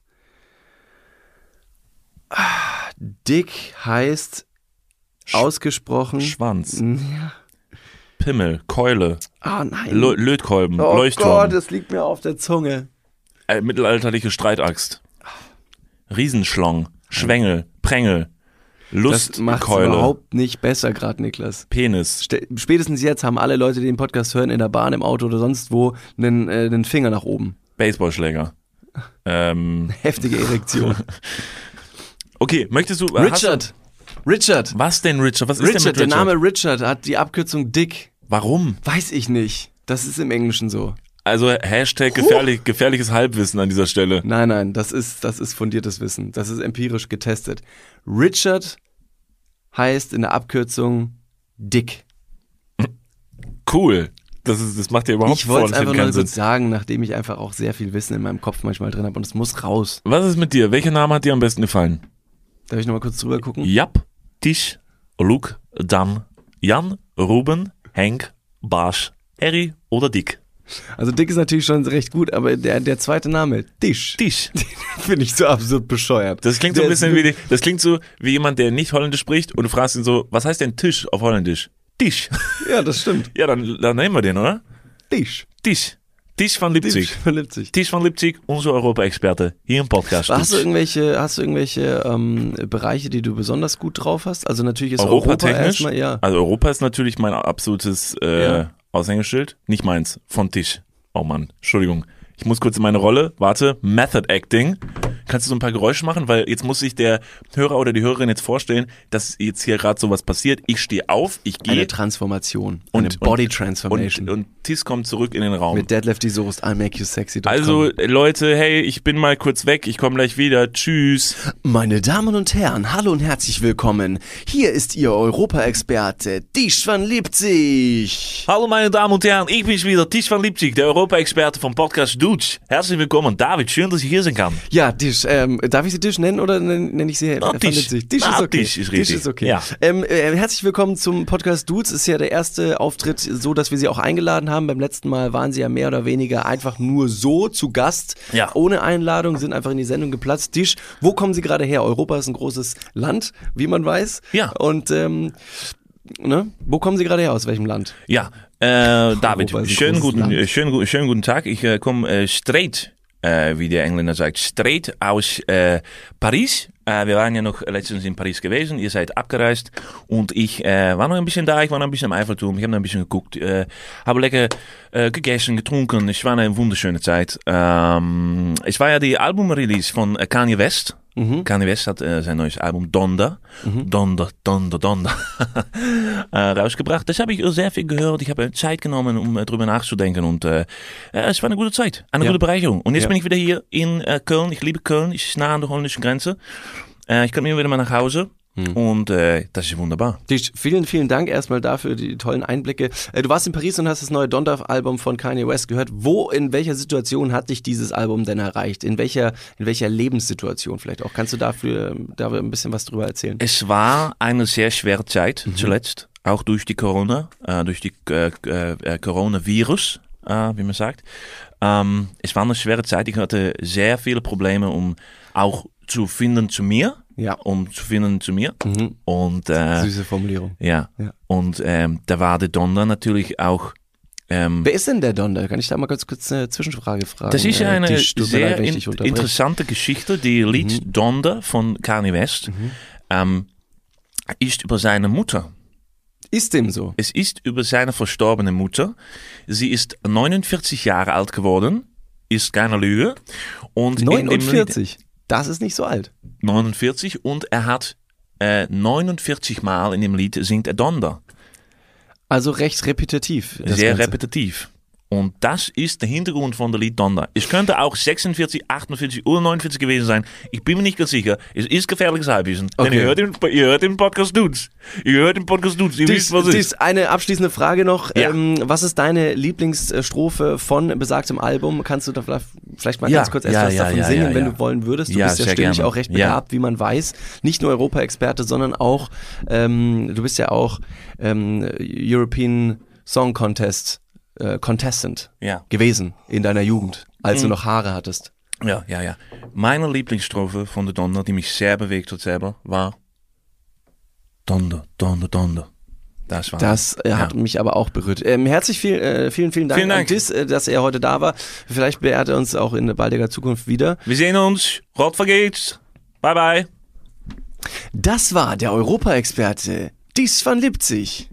Ah, Dick heißt ausgesprochen. Schwanz, Ja. Pimmel, Keule, Ah, nein. Lo- Lötkolben, oh Leuchtturm, Gott, es liegt mir auf der Zunge. äh, mittelalterliche Streitaxt, Riesenschlong, Schwengel, Prängel, Das macht es Lustkeule, überhaupt nicht besser gerade, Niklas. Penis, Ste- Spätestens jetzt haben alle Leute, die den Podcast hören, in der Bahn, im Auto oder sonst wo, einen, äh, einen Finger nach oben. Baseballschläger. Ähm, Heftige Erektion. okay, möchtest du... Richard. Richard. Hast du, was denn Richard? Was ist Richard, denn der mit Richard? Name Richard hat die Abkürzung Dick. Warum? Weiß ich nicht. Das ist im Englischen so. Also Hashtag gefährlich, gefährliches Halbwissen an dieser Stelle. Nein, nein, das ist, das ist fundiertes Wissen. Das ist empirisch getestet. Richard heißt in der Abkürzung Dick. Cool. Das, ist, das macht ja überhaupt Ich wollte es vorne einfach keinen nur Sinn. kurz sagen, nachdem ich einfach auch sehr viel Wissen in meinem Kopf manchmal drin habe und es muss raus. Was ist mit dir? Welcher Name hat dir am besten gefallen? Darf ich nochmal kurz drüber gucken? Jaap, Ties, Luc, Dan, Jan, Ruben, Henk, Baas, Harry oder Dick? Also Dick ist natürlich schon recht gut, aber der, der zweite Name, Tisch, Tisch. finde ich so absurd bescheuert. Das klingt so Der ein ist bisschen wie, wirklich- die, das klingt so wie jemand, der nicht Holländisch spricht und du fragst ihn so, was heißt denn Tisch auf Holländisch? Tisch. Ja, das stimmt. Ja, dann, dann nehmen wir den, oder? Tisch. Tisch. Tisch van Lipzig. Tisch von Lipzig. Tisch van Lipzig, unser Europa-Experte hier im Podcast. Hast du irgendwelche, hast du irgendwelche ähm, Bereiche, die du besonders gut drauf hast? Also natürlich ist Europa Europatechnisch? erstmal, ja. Also Europa ist natürlich mein absolutes äh, Ja. Aushängeschild. Nicht meins, von Tisch. Oh Mann, Entschuldigung. Ich muss kurz in meine Rolle. Warte, Method Acting. Kannst du so ein paar Geräusche machen? Weil jetzt muss sich der Hörer oder die Hörerin jetzt vorstellen, dass jetzt hier gerade sowas passiert. Ich stehe auf, ich Eine gehe Transformation. und, eine Body und, Transformation. und, und Tis kommt zurück in den Raum. Mit Deadlift die Soest, I'll make you sexy. Also Leute, hey, ich bin mal kurz weg. Ich komme gleich wieder. Tschüss. Meine Damen und Herren, hallo und herzlich willkommen. Hier ist Ihr Europa-Experte, Tisch van Lipzig. Hallo meine Damen und Herren, ich bin's wieder, Tisch van Lipzig, der Europa-Experte vom Podcast Dutsch. Herzlich willkommen, David, schön, dass ich hier sein kann. Ja, Tisch, ähm, darf ich Sie Tisch nennen oder nenne nenn ich Sie Na, van Tisch. Lipzig? Tisch Na, ist okay. Tisch ist richtig. ist okay. Ja. Ähm, äh, herzlich willkommen zum Podcast Dudes. Ist ja der erste Auftritt, so dass wir Sie auch eingeladen haben. Beim letzten Mal waren Sie ja mehr oder weniger einfach nur so zu Gast, Ja. ohne Einladung, sind einfach in die Sendung geplatzt. Tisch, wo kommen Sie gerade her? Europa ist ein großes Land, wie man weiß. Ja. Und ähm, ne? Wo kommen Sie gerade her? Aus welchem Land? Ja, äh, David, Europa ist ein schönen großes guten, Land. äh, schönen, gu- schönen guten Tag. Ich äh, komme äh, straight, äh, wie der Engländer sagt, straight aus äh, Paris. Äh, wir waren ja noch letztens in Paris gewesen, ihr seid abgereist und ich äh, war noch ein bisschen da, ich war noch ein bisschen am Eiffelturm, ich habe noch ein bisschen geguckt, äh, habe lecker äh, gegessen, getrunken, es war eine wunderschöne Zeit. Ähm, es war ja die Album-Release von äh, Kanye West. Mhm. Kanye West hat äh, sein neues Album Donda, mhm. Donda, Donda, Donda äh, rausgebracht. Das habe ich sehr viel gehört. Ich habe Zeit genommen, um äh, drüber nachzudenken und äh, es war eine gute Zeit, eine ja. gute Bereicherung. Und jetzt ja. bin ich wieder hier in äh, Köln. Ich liebe Köln, ich nah an der holländischen Grenze. Äh, ich komme immer wieder mal nach Hause. Hm. Und äh, das ist wunderbar. Vielen, vielen Dank erstmal dafür, die tollen Einblicke. Äh, du warst in Paris und hast das neue Donda-Album von Kanye West gehört. Wo, in welcher Situation hat dich dieses Album denn erreicht? In welcher, in welcher Lebenssituation vielleicht auch? Kannst du dafür, da ein bisschen was drüber erzählen? Es war eine sehr schwere Zeit mhm. zuletzt, auch durch die Corona, äh, durch die äh, äh, Coronavirus, äh, wie man sagt. Ähm, es war eine schwere Zeit. Ich hatte sehr viele Probleme, um auch zu finden zu mir. Ja. Um zu finden zu mir. Mhm. Und, äh, süße Formulierung. Ja. ja. Und ähm, da war der Donda natürlich auch. Ähm, Wer ist denn der Donda? Kann ich da mal ganz kurz eine Zwischenfrage fragen? Das ist eine äh, sehr in, interessante Geschichte. Die Lied mhm. Donda von Kanye West mhm. ähm, ist über seine Mutter. Ist dem so? Es ist über seine verstorbene Mutter. Sie ist neunundvierzig Jahre alt geworden. Ist keine Lüge. Und neunundvierzig? Das ist nicht so alt. neunundvierzig und er hat äh, neunundvierzig Mal in dem Lied singt er Donda. Also recht repetitiv. Sehr Ganze. repetitiv. Und das ist der Hintergrund von der Lied Donda. Es könnte auch sechsundvierzig, achtundvierzig oder neunundvierzig gewesen sein. Ich bin mir nicht ganz sicher. Es ist gefährliches Halbwissen. Okay. Denn ihr hört, den, ihr hört den Podcast Dudes. Ihr hört den Podcast Dudes. Ihr dies, wisst, was dies, ist. Eine abschließende Frage noch. Ja. Ähm, was ist deine Lieblingsstrophe von besagtem Album? Kannst du da vielleicht mal ja. ganz kurz etwas ja, ja, davon ja, singen, ja, ja. wenn du wollen würdest? Du ja, bist ja stimmlich gerne. auch recht begabt, ja. wie man weiß. Nicht nur Europa-Experte, sondern auch, ähm, du bist ja auch ähm, European Song Contest Äh, Contestant ja. gewesen in deiner Jugend, als mhm. du noch Haare hattest. Ja, ja, ja. Meine Lieblingsstrophe von der Donda, die mich sehr bewegt hat selber, war Donda, Donda, Donda. Das war Das äh, hat ja. mich aber auch berührt. Ähm, herzlich viel, äh, vielen, vielen Dank, vielen Dank. an Dis, äh, dass er heute da war. Vielleicht beehrt er uns auch in baldiger Zukunft wieder. Wir sehen uns. Rot vergeht's. Bye, bye. Das war der Europa-Experte Dis van Lipzig.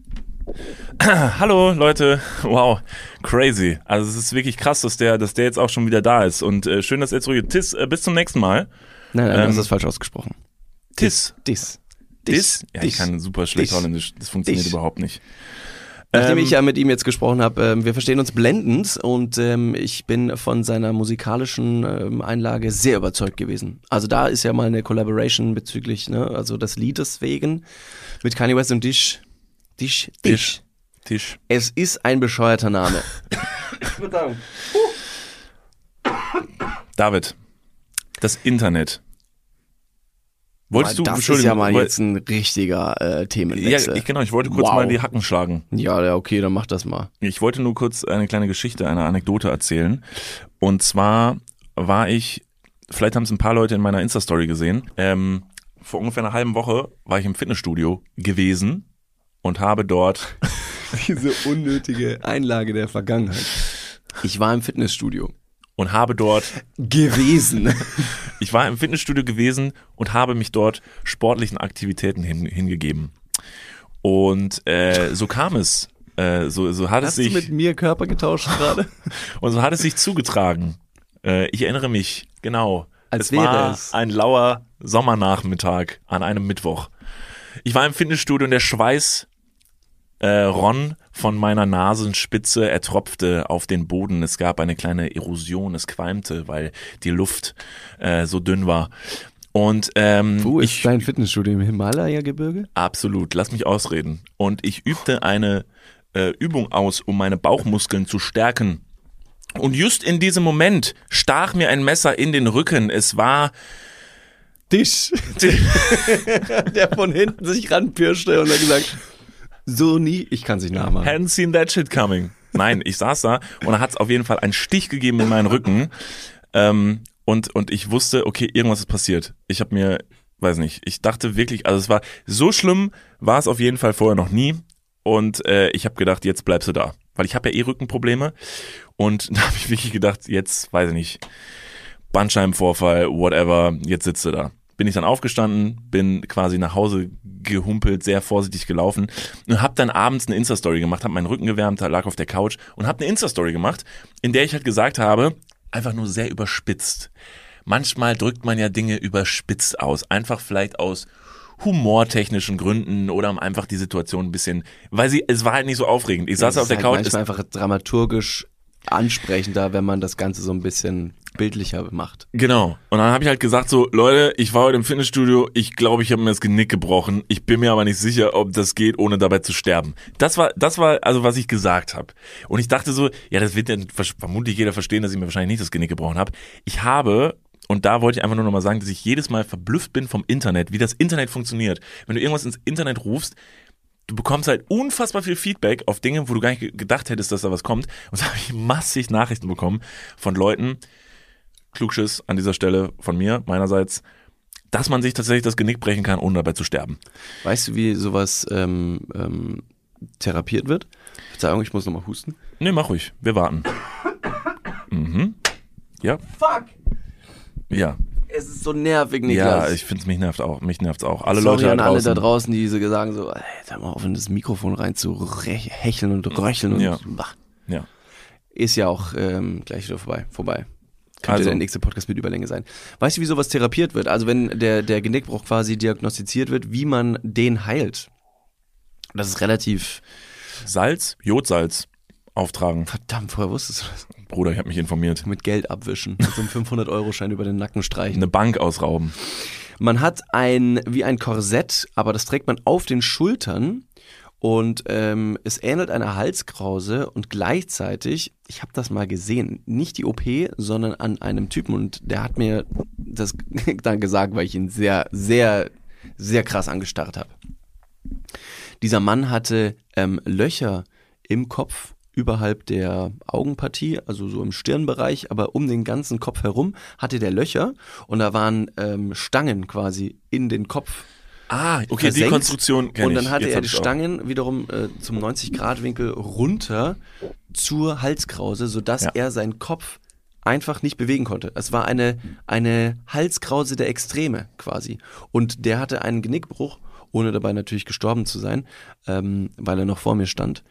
Hallo Leute, wow, crazy. Also es ist wirklich krass, dass der, dass der jetzt auch schon wieder da ist und äh, schön, dass er zurück ist. Tis, äh, bis zum nächsten Mal. Nein, nein, ähm, das ist falsch ausgesprochen. Tis. Dis. Dis? Dis? Ja, Dis. Ich kann super schlecht Holländisch, das funktioniert Dis. überhaupt nicht. Nachdem ähm, ich ja mit ihm jetzt gesprochen habe, äh, wir verstehen uns blendend und ähm, ich bin von seiner musikalischen ähm, Einlage sehr überzeugt gewesen. Also da ist ja mal eine Collaboration bezüglich, ne, also des Liedes wegen mit Kanye West und Dish. Tisch, Tisch. Tisch. Es ist ein bescheuerter Name. Verdammt. David, das Internet. Wolltest Boah, du, das ist ja mal jetzt ein richtiger äh, Themenwechsel. Ja, ich, genau, ich wollte kurz wow. mal die Hacken schlagen. Ja, ja, okay, dann mach das mal. Ich wollte nur kurz eine kleine Geschichte, eine Anekdote erzählen. Und zwar war ich, vielleicht haben es ein paar Leute in meiner Insta-Story gesehen, ähm, vor ungefähr einer halben Woche war ich im Fitnessstudio gewesen. Und habe dort diese unnötige Einlage der Vergangenheit. Ich war im Fitnessstudio. Und habe dort gewesen. Ich war im Fitnessstudio gewesen und habe mich dort sportlichen Aktivitäten hin, hingegeben. Und äh, so kam es. Äh, so, so hat Hast es sich. Hast du mit mir Körper getauscht gerade? Und so hat es sich zugetragen. Äh, ich erinnere mich, genau. Als es wäre war es ein lauer Sommernachmittag an einem Mittwoch. Ich war im Fitnessstudio und der Schweiß äh, Ron von meiner Nasenspitze, er tropfte auf den Boden. Es gab eine kleine Erosion, es qualmte, weil die Luft äh, so dünn war. Und ähm, Wo ist ich, dein Fitnessstudio im Himalaya-Gebirge? Absolut, lass mich ausreden. Und ich übte eine äh, Übung aus, um meine Bauchmuskeln zu stärken. Und just in diesem Moment stach mir ein Messer in den Rücken. Es war Tisch, der von hinten sich ranpirschte und hat gesagt, so nie, ich kann es nicht nachmachen. Hadn't seen that shit coming. Nein, ich saß da und da hat es auf jeden Fall einen Stich gegeben in meinen Rücken ähm, und, und ich wusste, okay, irgendwas ist passiert. Ich habe mir, weiß nicht, ich dachte wirklich, also es war so schlimm, war es auf jeden Fall vorher noch nie und äh, ich habe gedacht, jetzt bleibst du da, weil ich habe ja eh Rückenprobleme und da habe ich wirklich gedacht, jetzt, weiß ich nicht, Bandscheibenvorfall, whatever, jetzt sitzt du da. bin ich dann aufgestanden, bin quasi nach Hause gehumpelt, sehr vorsichtig gelaufen und habe dann abends eine Insta-Story gemacht, habe meinen Rücken gewärmt, lag auf der Couch und habe eine Insta-Story gemacht, in der ich halt gesagt habe, einfach nur sehr überspitzt. Manchmal drückt man ja Dinge überspitzt aus, einfach vielleicht aus humortechnischen Gründen oder um einfach die Situation ein bisschen, weil sie, es war halt nicht so aufregend. Ich saß ja, auf der halt Couch. Manchmal einfach dramaturgisch ansprechender, wenn man das Ganze so ein bisschen bildlicher macht. Genau. Und dann habe ich halt gesagt so, Leute, ich war heute im Fitnessstudio, ich glaube, ich habe mir das Genick gebrochen. Ich bin mir aber nicht sicher, ob das geht, ohne dabei zu sterben. Das war, das war also, was ich gesagt habe. Und ich dachte so, ja, das wird ja vermutlich jeder verstehen, dass ich mir wahrscheinlich nicht das Genick gebrochen habe. Ich habe, und da wollte ich einfach nur nochmal sagen, dass ich jedes Mal verblüfft bin vom Internet, wie das Internet funktioniert. Wenn du irgendwas ins Internet rufst, du bekommst halt unfassbar viel Feedback auf Dinge, wo du gar nicht gedacht hättest, dass da was kommt. Und da habe ich massig Nachrichten bekommen von Leuten, Klugschiss an dieser Stelle von mir, meinerseits, dass man sich tatsächlich das Genick brechen kann, ohne dabei zu sterben. Weißt du, wie sowas ähm, ähm, therapiert wird? Verzeihung, ich muss nochmal husten. Nee, mach ruhig, wir warten. Mhm. Ja. Fuck! Ja. Es ist so nervig, Niklas. Ja, ich finde es, mich nervt auch, mich nervt's auch. Alle Sorry Leute an da alle draußen. da draußen, die so sagen so, ey, hör mal auf, in das Mikrofon rein zu rech- hecheln und röcheln und Ja. bah. Ja. Ist ja auch ähm, gleich wieder vorbei. vorbei. Könnte Also. der nächste Podcast mit Überlänge sein. Weißt du, wie sowas therapiert wird? Also wenn der, der Genickbruch quasi diagnostiziert wird, wie man den heilt. Das ist relativ... Salz, Jodsalz auftragen. Verdammt, vorher wusstest du das. Bruder, ich habe mich informiert. Mit Geld abwischen. Mit so einem fünfhundert-Euro-Schein über den Nacken streichen. Eine Bank ausrauben. Man hat ein, wie ein Korsett, aber das trägt man auf den Schultern und ähm, es ähnelt einer Halskrause und gleichzeitig, ich habe das mal gesehen, nicht die O P, sondern an einem Typen und der hat mir das dann gesagt, weil ich ihn sehr, sehr, sehr krass angestarrt habe. Dieser Mann hatte ähm, Löcher im Kopf überhalb der Augenpartie, also so im Stirnbereich, aber um den ganzen Kopf herum hatte der Löcher und da waren ähm, Stangen quasi in den Kopf. Ah, okay, versenkt. die Konstruktion kenn Und dann ich. hatte Jetzt er hab die ich's auch. Stangen wiederum äh, zum neunzig-Grad-Winkel runter zur Halskrause, sodass Ja. er seinen Kopf einfach nicht bewegen konnte. Es war eine, eine Halskrause der Extreme quasi. Und der hatte einen Genickbruch, ohne dabei natürlich gestorben zu sein, ähm, weil er noch vor mir stand.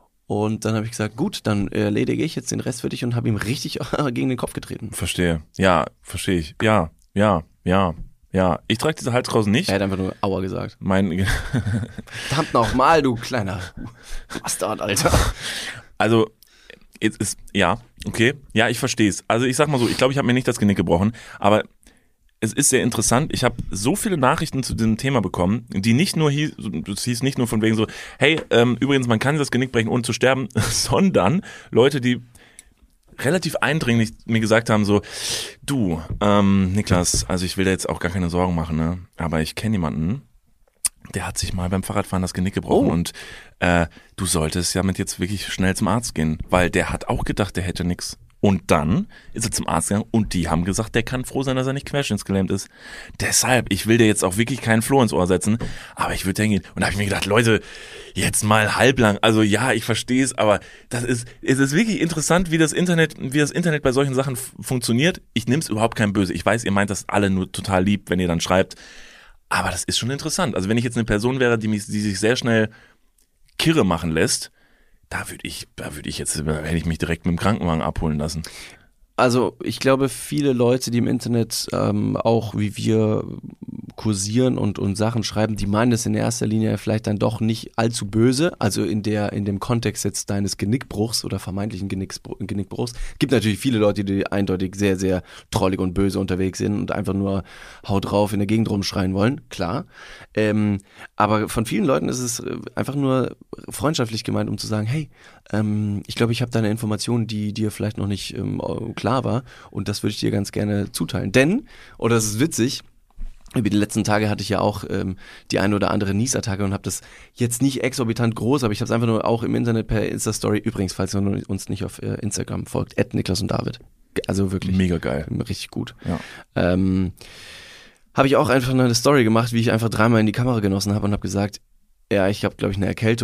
Und dann habe ich gesagt, gut, dann erledige ich jetzt den Rest für dich und habe ihm richtig gegen den Kopf getreten. Verstehe. Ja, verstehe ich. Ja, ja, ja, ja. Ich trage diese Halskrausen nicht. Er hat einfach nur Aua gesagt. Mein, Verdammt nochmal, du kleiner Bastard, Alter. also, jetzt ist, ja, okay. Ja, ich verstehe es. Also ich sag mal so, ich glaube, ich habe mir nicht das Genick gebrochen, aber es ist sehr interessant. Ich habe so viele Nachrichten zu diesem Thema bekommen, die nicht nur hieß, das hieß nicht nur von wegen so, hey, ähm, übrigens, man kann das Genick brechen, ohne zu sterben, sondern Leute, die relativ eindringlich mir gesagt haben so, du, ähm, Niklas, also ich will da jetzt auch gar keine Sorgen machen, ne? Aber ich kenne jemanden, der hat sich mal beim Fahrradfahren das Genick gebrochen Oh. und äh, du solltest ja mit jetzt wirklich schnell zum Arzt gehen, weil der hat auch gedacht, der hätte nix. Und dann ist er zum Arzt gegangen und die haben gesagt, der kann froh sein, dass er nicht querschnittsgelähmt ist. Deshalb, ich will dir jetzt auch wirklich keinen Floh ins Ohr setzen, aber ich würde hingehen. Und da habe ich mir gedacht, Leute, jetzt mal halblang. Also ja, ich verstehe es, aber das ist, es ist wirklich interessant, wie das Internet, wie das Internet bei solchen Sachen f- funktioniert. Ich nehme es überhaupt kein Böse. Ich weiß, ihr meint das alle nur total lieb, wenn ihr dann schreibt. Aber das ist schon interessant. Also wenn ich jetzt eine Person wäre, die mich, die sich sehr schnell kirre machen lässt, da würde ich, da würde ich jetzt, da hätte ich mich direkt mit dem Krankenwagen abholen lassen. Also ich glaube, viele Leute, die im Internet ähm, auch wie wir kursieren und, und Sachen schreiben, die meinen es in erster Linie vielleicht dann doch nicht allzu böse, also in der in dem Kontext jetzt deines Genickbruchs oder vermeintlichen Genicksbruch, Genickbruchs. Gibt natürlich viele Leute, die eindeutig sehr, sehr trollig und böse unterwegs sind und einfach nur Haut drauf in der Gegend rumschreien wollen, klar. Ähm, aber von vielen Leuten ist es einfach nur freundschaftlich gemeint, um zu sagen, hey, ähm, ich glaube, ich habe da eine Information, die dir vielleicht noch nicht ähm, klar war und das würde ich dir ganz gerne zuteilen. Denn, oder das ist witzig, über die letzten Tage hatte ich ja auch ähm, die eine oder andere Niesattacke und habe das jetzt nicht exorbitant groß, aber ich habe es einfach nur auch im Internet per Insta-Story, übrigens, falls ihr uns nicht auf äh, Instagram folgt, at Niklas und David. Also wirklich. Mega geil. Richtig gut. Ja. Ähm, habe ich auch einfach eine Story gemacht, wie ich einfach dreimal in die Kamera genossen habe und habe gesagt, ja, ich habe, glaube ich, eine Erkältung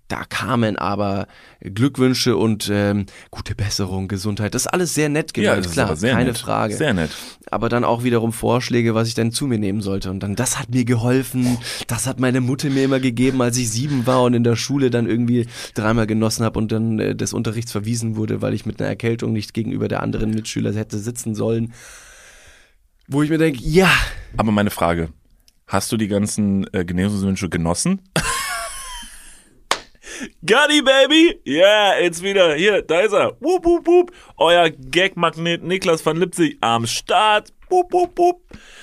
da kamen aber Glückwünsche und ähm, gute Besserung, Gesundheit. Das ist alles sehr nett gemeint, Ja, das ist klar, aber sehr keine nett. Frage. Sehr nett. Aber dann auch wiederum Vorschläge, was ich denn zu mir nehmen sollte. Und dann, das hat mir geholfen, das hat meine Mutter mir immer gegeben, als ich sieben war und in der Schule dann irgendwie dreimal genossen habe und dann äh, des Unterrichts verwiesen wurde, weil ich mit einer Erkältung nicht gegenüber der anderen Mitschüler hätte sitzen sollen. Wo ich mir denke, ja. Aber meine Frage, hast du die ganzen äh, Genesungswünsche genossen? Gotti, Baby! Ja, yeah, jetzt wieder. Hier, da ist er. Wup, wup, wup. Euer Gag-Magnet Niklas van Lipzig am Start. Wup, wup, wup.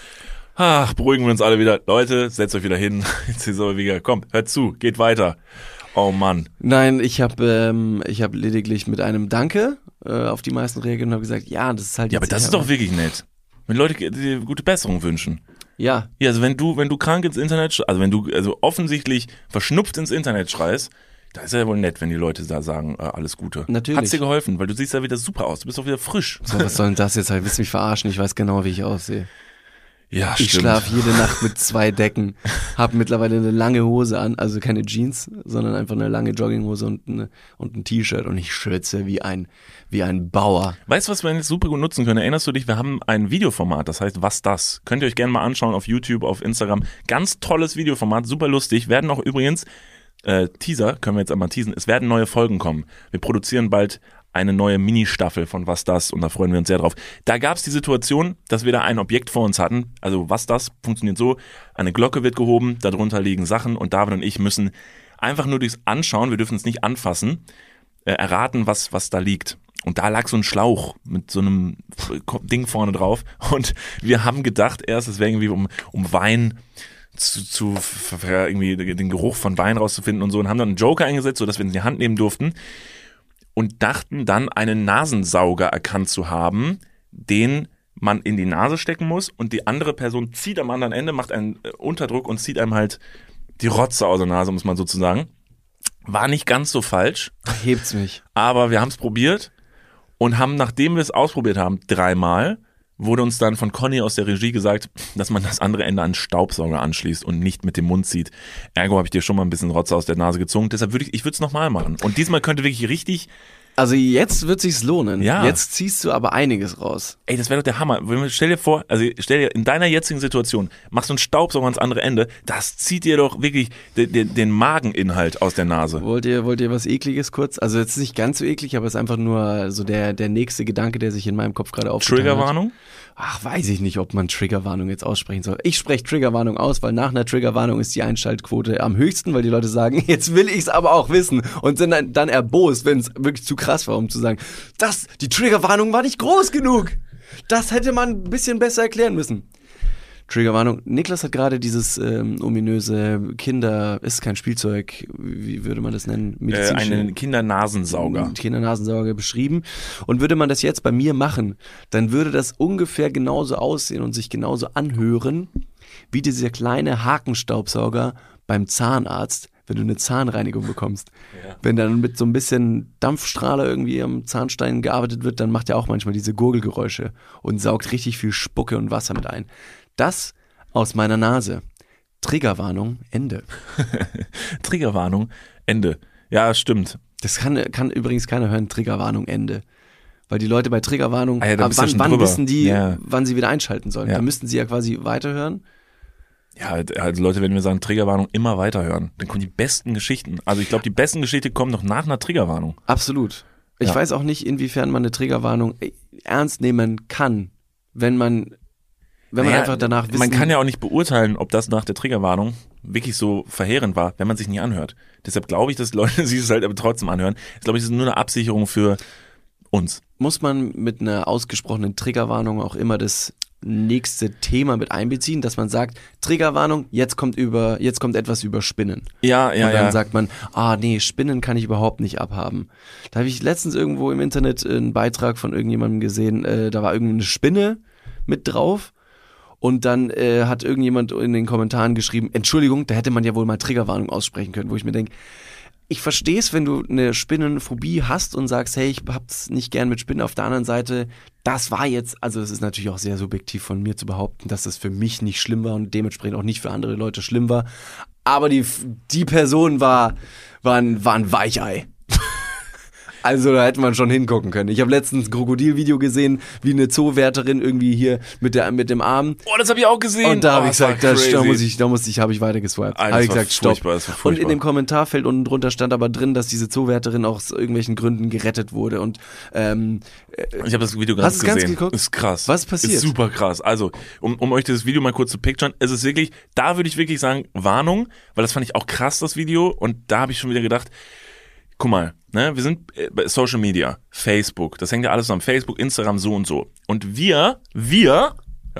Ach, beruhigen wir uns alle wieder. Leute, setzt euch wieder hin. Jetzt ist aber wieder. Komm, hört zu, geht weiter. Oh Mann. Nein, ich habe ähm, ich hab lediglich mit einem Danke äh, auf die meisten reagiert und habe gesagt, ja, das ist halt Ja, jetzt aber das ist doch wirklich nett. Wenn Leute dir gute Besserung wünschen. Ja. Ja, also wenn du, wenn du krank ins Internet, sch- also wenn du also offensichtlich verschnupft ins Internet schreist, da ist ja wohl nett, wenn die Leute da sagen, äh, alles Gute. Natürlich. Hat's dir geholfen, weil du siehst ja wieder super aus, du bist auch wieder frisch. So, was soll denn das jetzt? Willst du mich verarschen? Ich weiß genau, wie ich aussehe. Ja, Ich schlafe jede Nacht mit zwei Decken, habe mittlerweile eine lange Hose an, also keine Jeans, sondern einfach eine lange Jogginghose und, eine, und ein T-Shirt und ich schwitze wie ein, wie ein Bauer. Weißt du, was wir jetzt super gut nutzen können? Erinnerst du dich, wir haben ein Videoformat, das heißt Was das? Könnt ihr euch gerne mal anschauen auf YouTube, auf Instagram. Ganz tolles Videoformat, super lustig. Werden auch übrigens, äh, Teaser, können wir jetzt einmal teasen, es werden neue Folgen kommen. Wir produzieren bald eine neue Mini-Staffel von Was das und da freuen wir uns sehr drauf. Da gab es die Situation, dass wir da ein Objekt vor uns hatten, also Was das funktioniert so, eine Glocke wird gehoben, darunter liegen Sachen und David und ich müssen einfach nur durchs Anschauen, wir dürfen es nicht anfassen, äh, erraten, was, was da liegt. Und da lag so ein Schlauch mit so einem Ding vorne drauf und wir haben gedacht erst, es wäre irgendwie um, um Wein zu, zu irgendwie den Geruch von Wein rauszufinden und so und haben dann einen Joker eingesetzt, sodass wir ihn in die Hand nehmen durften. Und dachten dann, einen Nasensauger erkannt zu haben, den man in die Nase stecken muss und die andere Person zieht am anderen Ende, macht einen Unterdruck und zieht einem halt die Rotze aus der Nase, muss man sozusagen. War nicht ganz so falsch. Hebt's mich. Aber wir haben es probiert und haben, nachdem wir es ausprobiert haben, dreimal, wurde uns dann von Conny aus der Regie gesagt, dass man das andere Ende an einen Staubsauger anschließt und nicht mit dem Mund zieht. Ergo habe ich dir schon mal ein bisschen Rotze aus der Nase gezogen. Deshalb würde ich, ich würde es nochmal machen. Und diesmal könnte wirklich richtig... Also jetzt wird sich's lohnen. Ja. Jetzt ziehst du aber einiges raus. Ey, das wäre doch der Hammer. Stell dir vor, also stell dir in deiner jetzigen Situation, machst du einen Staubsauger ans andere Ende, das zieht dir doch wirklich den, den, den Mageninhalt aus der Nase. Wollt ihr, wollt ihr was Ekliges kurz? Also jetzt nicht ganz so eklig, aber es ist einfach nur so der, der nächste Gedanke, der sich in meinem Kopf gerade aufgetan hat. Triggerwarnung? Ach, weiß ich nicht, ob man Triggerwarnung jetzt aussprechen soll. Ich spreche Triggerwarnung aus, weil nach einer Triggerwarnung ist die Einschaltquote am höchsten, weil die Leute sagen, jetzt will ich's aber auch wissen und sind dann, dann erbost, wenn es wirklich zu krass war, um zu sagen, das, die Triggerwarnung war nicht groß genug. Das hätte man ein bisschen besser erklären müssen. Triggerwarnung. Niklas hat gerade dieses ähm, ominöse Kinder, ist kein Spielzeug, wie würde man das nennen? Äh, einen Kindernasensauger. Kindernasensauger beschrieben. Und würde man das jetzt bei mir machen, dann würde das ungefähr genauso aussehen und sich genauso anhören, wie dieser kleine Hakenstaubsauger beim Zahnarzt, wenn du eine Zahnreinigung bekommst. Ja. Wenn dann mit so ein bisschen Dampfstrahler irgendwie am Zahnstein gearbeitet wird, dann macht er auch manchmal diese Gurgelgeräusche und saugt richtig viel Spucke und Wasser mit ein. Das aus meiner Nase. Triggerwarnung, Ende. Triggerwarnung, Ende. Ja, stimmt. Das kann, kann übrigens keiner hören, Triggerwarnung, Ende. Weil die Leute bei Triggerwarnung, ah ja, ab wann, wann wissen die, ja. wann sie wieder einschalten sollen? Ja. Da müssten sie ja quasi weiterhören. Ja, also Leute, wenn wir sagen Triggerwarnung, immer weiterhören. Dann kommen die besten Geschichten. Also ich glaube, die besten Geschichten kommen noch nach einer Triggerwarnung. Absolut. Ich ja. weiß auch nicht, inwiefern man eine Triggerwarnung ernst nehmen kann, wenn man Wenn man naja, einfach danach wissen... Man kann ja auch nicht beurteilen, ob das nach der Triggerwarnung wirklich so verheerend war, wenn man sich nie anhört. Deshalb glaube ich, dass Leute sich es halt aber trotzdem anhören. Ich glaube, das ist nur eine Absicherung für uns. Muss man mit einer ausgesprochenen Triggerwarnung auch immer das nächste Thema mit einbeziehen, dass man sagt, Triggerwarnung, jetzt kommt über, jetzt kommt etwas über Spinnen. Ja, ja, Und dann ja. sagt man, ah nee, Spinnen kann ich überhaupt nicht abhaben. Da habe ich letztens irgendwo im Internet einen Beitrag von irgendjemandem gesehen, äh, da war irgendeine Spinne mit drauf. Und dann äh, hat irgendjemand in den Kommentaren geschrieben, Entschuldigung, da hätte man ja wohl mal Triggerwarnung aussprechen können, wo ich mir denke, ich verstehe es, wenn du eine Spinnenphobie hast und sagst, hey, ich hab's nicht gern mit Spinnen. Auf der anderen Seite, das war jetzt, also es ist natürlich auch sehr subjektiv von mir zu behaupten, dass das für mich nicht schlimm war und dementsprechend auch nicht für andere Leute schlimm war. Aber die, die Person war, war, ein, war ein Weichei. Also da hätte man schon hingucken können. Ich habe letztens ein Krokodilvideo gesehen, wie eine Zoowärterin irgendwie hier mit der mit dem Arm. Oh, das habe ich auch gesehen. Und da oh, habe ich gesagt, da, da muss ich, da muss ich, habe ich weiter geswiped. Ah, habe ich gesagt, stopp. Und in dem Kommentarfeld unten drunter stand aber drin, dass diese Zoowärterin auch aus irgendwelchen Gründen gerettet wurde. Und ähm, ich habe das Video ganz hast gesehen. Ganz geguckt? Ist krass. Was ist passiert? Ist super krass. Also, um, um euch dieses Video mal kurz zu picturen, es ist wirklich, da würde ich wirklich sagen, Warnung, weil das fand ich auch krass, das Video. Und da habe ich schon wieder gedacht, guck mal, ne, wir sind bei Social Media, Facebook, das hängt ja alles zusammen, Facebook, Instagram, so und so. Und wir, wir,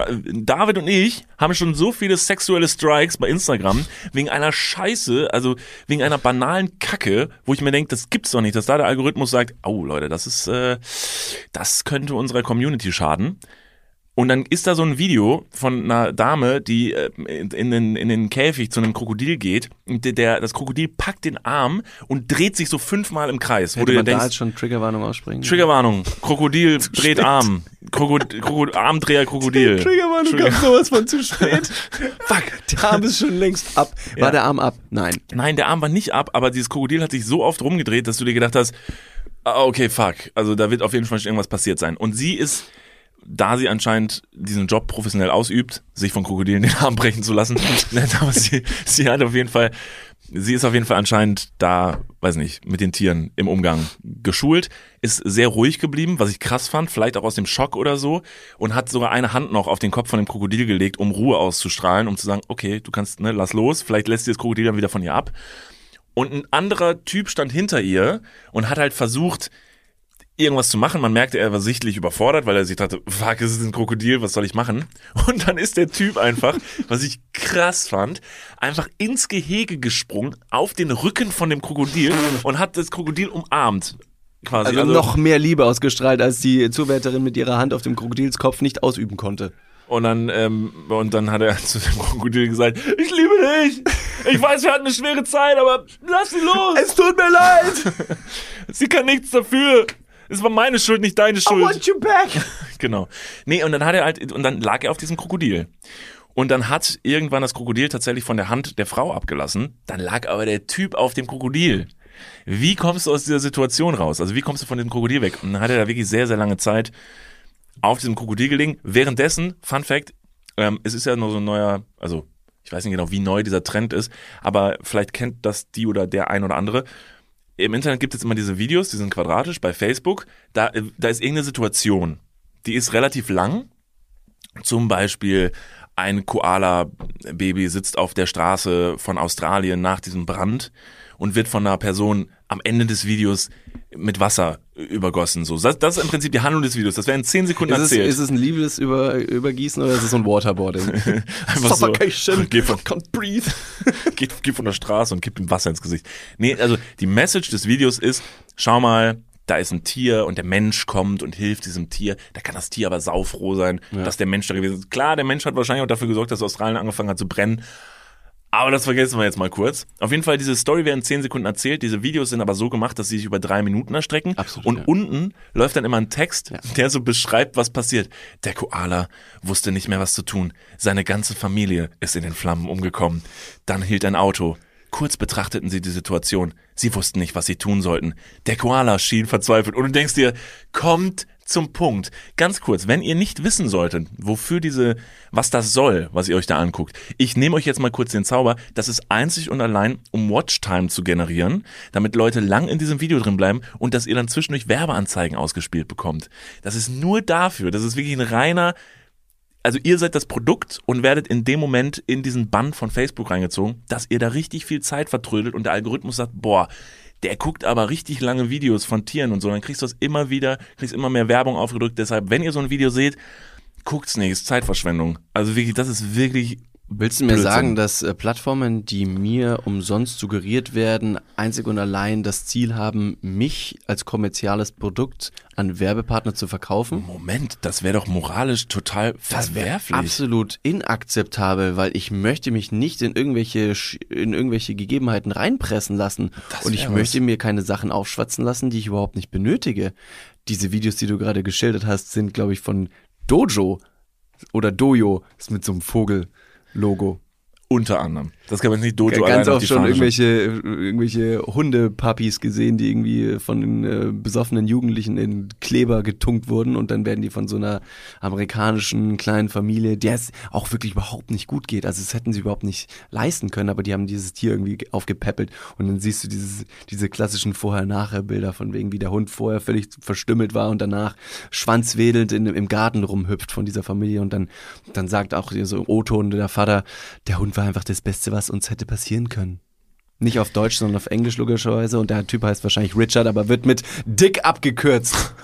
David und ich, haben schon so viele sexuelle Strikes bei Instagram wegen einer Scheiße, also wegen einer banalen Kacke, wo ich mir denke, das gibt's doch nicht, dass da der Algorithmus sagt, oh Leute, das ist, äh, das könnte unserer Community schaden. Und dann ist da so ein Video von einer Dame, die äh, in, den, in den Käfig zu einem Krokodil geht. Und der, der, das Krokodil packt den Arm und dreht sich so fünfmal im Kreis. Hätte wo du man dir denkst, da jetzt schon Triggerwarnung aussprechen? Triggerwarnung, Krokodil dreht Arm. Krokodil, Krokodil, Armdreher Krokodil. Triggerwarnung Trigger- kam sowas von zu spät. Fuck, der Arm ist schon längst ab. War Ja. der Arm ab? Nein. Nein, der Arm war nicht ab, aber dieses Krokodil hat sich so oft rumgedreht, dass du dir gedacht hast, ah, okay, fuck, also da wird auf jeden Fall schon irgendwas passiert sein. Und sie ist, da sie anscheinend diesen Job professionell ausübt, sich von Krokodilen den Arm brechen zu lassen, aber sie, sie hat auf jeden Fall, sie ist auf jeden Fall anscheinend da, weiß nicht, mit den Tieren im Umgang geschult, ist sehr ruhig geblieben, was ich krass fand, vielleicht auch aus dem Schock oder so, und hat sogar eine Hand noch auf den Kopf von dem Krokodil gelegt, um Ruhe auszustrahlen, um zu sagen, okay, du kannst, ne, lass los, vielleicht lässt sie das Krokodil dann wieder von ihr ab. Und ein anderer Typ stand hinter ihr und hat halt versucht, irgendwas zu machen. Man merkte, er war sichtlich überfordert, weil er sich dachte, fuck, es ist ein Krokodil, was soll ich machen? Und dann ist der Typ einfach, was ich krass fand, einfach ins Gehege gesprungen, auf den Rücken von dem Krokodil und hat das Krokodil umarmt. Quasi. Also, also noch mehr Liebe ausgestrahlt, als die Zuwärterin mit ihrer Hand auf dem Krokodilskopf nicht ausüben konnte. Und dann, ähm, und dann hat er zu dem Krokodil gesagt, ich liebe dich. Ich weiß, wir hatten eine schwere Zeit, aber lass sie los. Es tut mir leid. Sie kann nichts dafür. Es war meine Schuld, nicht deine Schuld. I want you back. Genau. Nee, und dann hat er halt, und dann lag er auf diesem Krokodil. Und dann hat irgendwann das Krokodil tatsächlich von der Hand der Frau abgelassen. Dann lag aber der Typ auf dem Krokodil. Wie kommst du aus dieser Situation raus? Also wie kommst du von dem Krokodil weg? Und dann hat er da wirklich sehr, sehr lange Zeit auf diesem Krokodil gelegen. Währenddessen, Fun Fact, ähm, es ist ja nur so ein neuer, also ich weiß nicht genau, wie neu dieser Trend ist, aber vielleicht kennt das die oder der ein oder andere. Im Internet gibt es immer diese Videos, die sind quadratisch bei Facebook. Da, da ist irgendeine Situation, die ist relativ lang. Zum Beispiel ein Koala-Baby sitzt auf der Straße von Australien nach diesem Brand und wird von einer Person am Ende des Videos mit Wasser übergossen. So, das, das ist im Prinzip die Handlung des Videos. Das wäre in zehn Sekunden ist es, erzählt. Ist es ein Liebesübergießen oder ist es so ein Waterboarding? Einfach Suffocation. So, geh von, can't breathe. geh, geh von der Straße und kippt ihm Wasser ins Gesicht. Nee, also die Message des Videos ist, schau mal, da ist ein Tier und der Mensch kommt und hilft diesem Tier. Da kann das Tier aber saufroh sein, ja. dass der Mensch da gewesen ist. Klar, der Mensch hat wahrscheinlich auch dafür gesorgt, dass Australien angefangen hat zu brennen. Aber das vergessen wir jetzt mal kurz. Auf jeden Fall, diese Story wird in zehn Sekunden erzählt. Diese Videos sind aber so gemacht, dass sie sich über drei Minuten erstrecken. Absolut, und ja. unten läuft dann immer ein Text, ja. der so beschreibt, was passiert. Der Koala wusste nicht mehr, was zu tun. Seine ganze Familie ist in den Flammen umgekommen. Dann hielt ein Auto. Kurz betrachteten sie die Situation. Sie wussten nicht, was sie tun sollten. Der Koala schien verzweifelt. Und du denkst dir, kommt zum Punkt. Ganz kurz, wenn ihr nicht wissen solltet, wofür diese, was das soll, was ihr euch da anguckt. Ich nehme euch jetzt mal kurz den Zauber. Das ist einzig und allein, um Watchtime zu generieren, damit Leute lang in diesem Video drin bleiben und dass ihr dann zwischendurch Werbeanzeigen ausgespielt bekommt. Das ist nur dafür. Das ist wirklich ein reiner, also ihr seid das Produkt und werdet in dem Moment in diesen Bann von Facebook reingezogen, dass ihr da richtig viel Zeit vertrödelt und der Algorithmus sagt, boah, der guckt aber richtig lange Videos von Tieren und so, dann kriegst du das immer wieder, kriegst immer mehr Werbung aufgedrückt. Deshalb, wenn ihr so ein Video seht, guckt's nicht, ist Zeitverschwendung. Also wirklich, das ist wirklich Willst du mir Blödsinn. sagen, dass äh, Plattformen, die mir umsonst suggeriert werden, einzig und allein das Ziel haben, mich als kommerzielles Produkt an Werbepartner zu verkaufen? Moment, das wäre doch moralisch total verwerflich. Absolut inakzeptabel, weil ich möchte mich nicht in irgendwelche in irgendwelche Gegebenheiten reinpressen lassen Das und ich wär möchte was. mir keine Sachen aufschwatzen lassen, die ich überhaupt nicht benötige. Diese Videos, die du gerade geschildert hast, sind, glaube ich, von Dojo oder Dojo, ist mit so einem Vogel-Logo. Unter anderem. Das kann man jetzt nicht Dojo Ganz allein auf oft die schon Fahne irgendwelche, irgendwelche Hundepuppies gesehen, die irgendwie von den äh, besoffenen Jugendlichen in Kleber getunkt wurden und dann werden die von so einer amerikanischen kleinen Familie, der es auch wirklich überhaupt nicht gut geht. Also das hätten sie überhaupt nicht leisten können, aber die haben dieses Tier irgendwie aufgepäppelt und dann siehst du dieses, diese klassischen Vorher-Nachher-Bilder von wegen, wie der Hund vorher völlig verstümmelt war und danach schwanzwedelnd in, im Garten rumhüpft von dieser Familie und dann, dann sagt auch so O-Ton der Vater, der Hund war einfach das Beste, was uns hätte passieren können. Nicht auf Deutsch, sondern auf Englisch logischerweise. Und der Typ heißt wahrscheinlich Richard, aber wird mit Dick abgekürzt.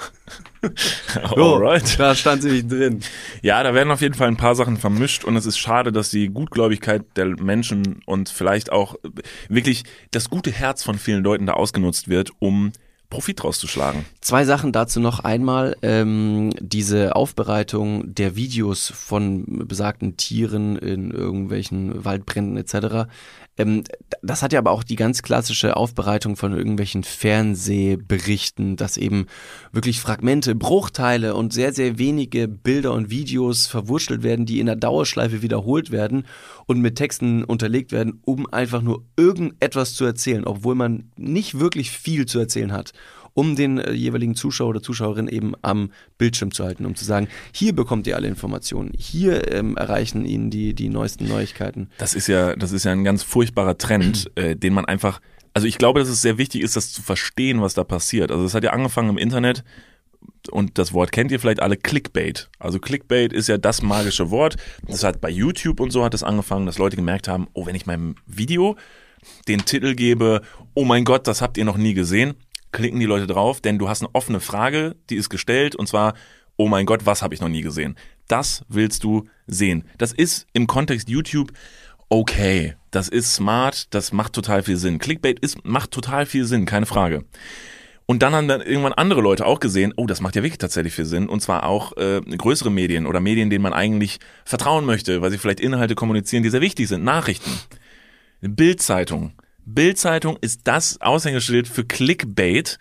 Alright. Da stand sie nicht drin. Ja, da werden auf jeden Fall ein paar Sachen vermischt und es ist schade, dass die Gutgläubigkeit der Menschen und vielleicht auch wirklich das gute Herz von vielen Leuten da ausgenutzt wird, um Profit rauszuschlagen. Zwei Sachen dazu noch. Einmal ähm, diese Aufbereitung der Videos von besagten Tieren in irgendwelchen Waldbränden et cetera. Ähm, das hat ja aber auch die ganz klassische Aufbereitung von irgendwelchen Fernsehberichten, dass eben wirklich Fragmente, Bruchteile und sehr, sehr wenige Bilder und Videos verwurschtelt werden, die in der Dauerschleife wiederholt werden und mit Texten unterlegt werden, um einfach nur irgendetwas zu erzählen, obwohl man nicht wirklich viel zu erzählen hat, um den äh, jeweiligen Zuschauer oder Zuschauerin eben am Bildschirm zu halten, um zu sagen, hier bekommt ihr alle Informationen, hier ähm, erreichen Ihnen die, die neuesten Neuigkeiten. Das ist ja, das ist ja ein ganz furchtbarer Trend, äh, den man einfach, also ich glaube, dass es sehr wichtig ist, das zu verstehen, was da passiert. Also es hat ja angefangen im Internet und das Wort kennt ihr vielleicht alle, Clickbait. Also Clickbait ist ja das magische Wort. Das hat bei YouTube und so hat es angefangen, dass Leute gemerkt haben, oh, wenn ich meinem Video den Titel gebe, oh mein Gott, das habt ihr noch nie gesehen, klicken die Leute drauf, denn du hast eine offene Frage, die ist gestellt und zwar, oh mein Gott, was habe ich noch nie gesehen? Das willst du sehen. Das ist im Kontext YouTube okay, das ist smart, das macht total viel Sinn. Clickbait ist, macht total viel Sinn, keine Frage. Und dann haben dann irgendwann andere Leute auch gesehen, oh, das macht ja wirklich tatsächlich viel Sinn und zwar auch äh, größere Medien oder Medien, denen man eigentlich vertrauen möchte, weil sie vielleicht Inhalte kommunizieren, die sehr wichtig sind, Nachrichten, Bild-Zeitung. Bild-Zeitung ist das Aushängeschild für Clickbait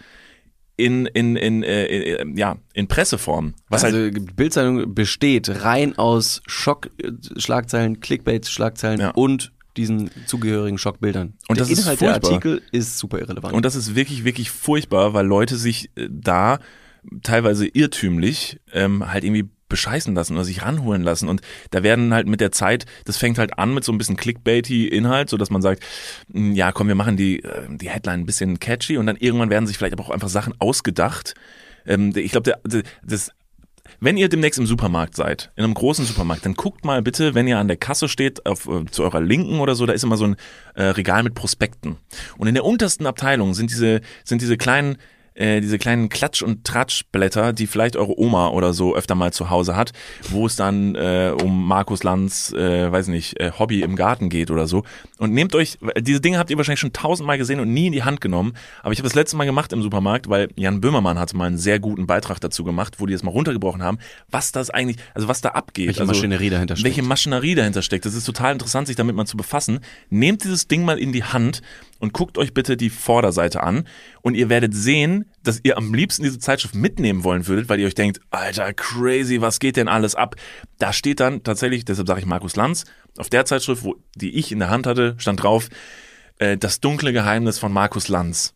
in in in äh, in, ja in Presseform. Was also halt Bild-Zeitung besteht rein aus Schock-Schlagzeilen, Clickbait-Schlagzeilen Ja. und diesen zugehörigen Schockbildern. Und der das ist Inhalt der furchtbar. Artikel ist super irrelevant. und das ist wirklich wirklich furchtbar, weil Leute sich äh, da teilweise irrtümlich ähm, halt irgendwie bescheißen lassen oder sich ranholen lassen und da werden halt mit der Zeit, das fängt halt an mit so ein bisschen clickbaity Inhalt, so dass man sagt, mh, ja komm, wir machen die äh, die Headline ein bisschen catchy und dann irgendwann werden sich vielleicht aber auch einfach Sachen ausgedacht. Ähm, ich glaube, das wenn ihr demnächst im Supermarkt seid, in einem großen Supermarkt, dann guckt mal bitte, wenn ihr an der Kasse steht, auf, äh, zu eurer Linken oder so, da ist immer so ein äh, Regal mit Prospekten und in der untersten Abteilung sind diese sind diese kleinen Äh, diese kleinen Klatsch- und Tratschblätter, die vielleicht eure Oma oder so öfter mal zu Hause hat, wo es dann äh, um Markus Lanz, äh, weiß nicht, äh, Hobby im Garten geht oder so. Und nehmt euch, diese Dinge habt ihr wahrscheinlich schon tausendmal gesehen und nie in die Hand genommen, aber ich habe das letzte Mal gemacht im Supermarkt, weil Jan Böhmermann hatte mal einen sehr guten Beitrag dazu gemacht, wo die das mal runtergebrochen haben, was das eigentlich, also was da abgeht. welche also, Maschinerie dahinter steckt. Welche Maschinerie dahinter steckt. Das ist total interessant, sich damit mal zu befassen. Nehmt dieses Ding mal in die Hand und guckt euch bitte die Vorderseite an und ihr werdet sehen, dass ihr am liebsten diese Zeitschrift mitnehmen wollen würdet, weil ihr euch denkt, Alter, crazy, was geht denn alles ab? Da steht dann tatsächlich, deshalb sage ich Markus Lanz, auf der Zeitschrift, wo, die ich in der Hand hatte, stand drauf, äh, das dunkle Geheimnis von Markus Lanz.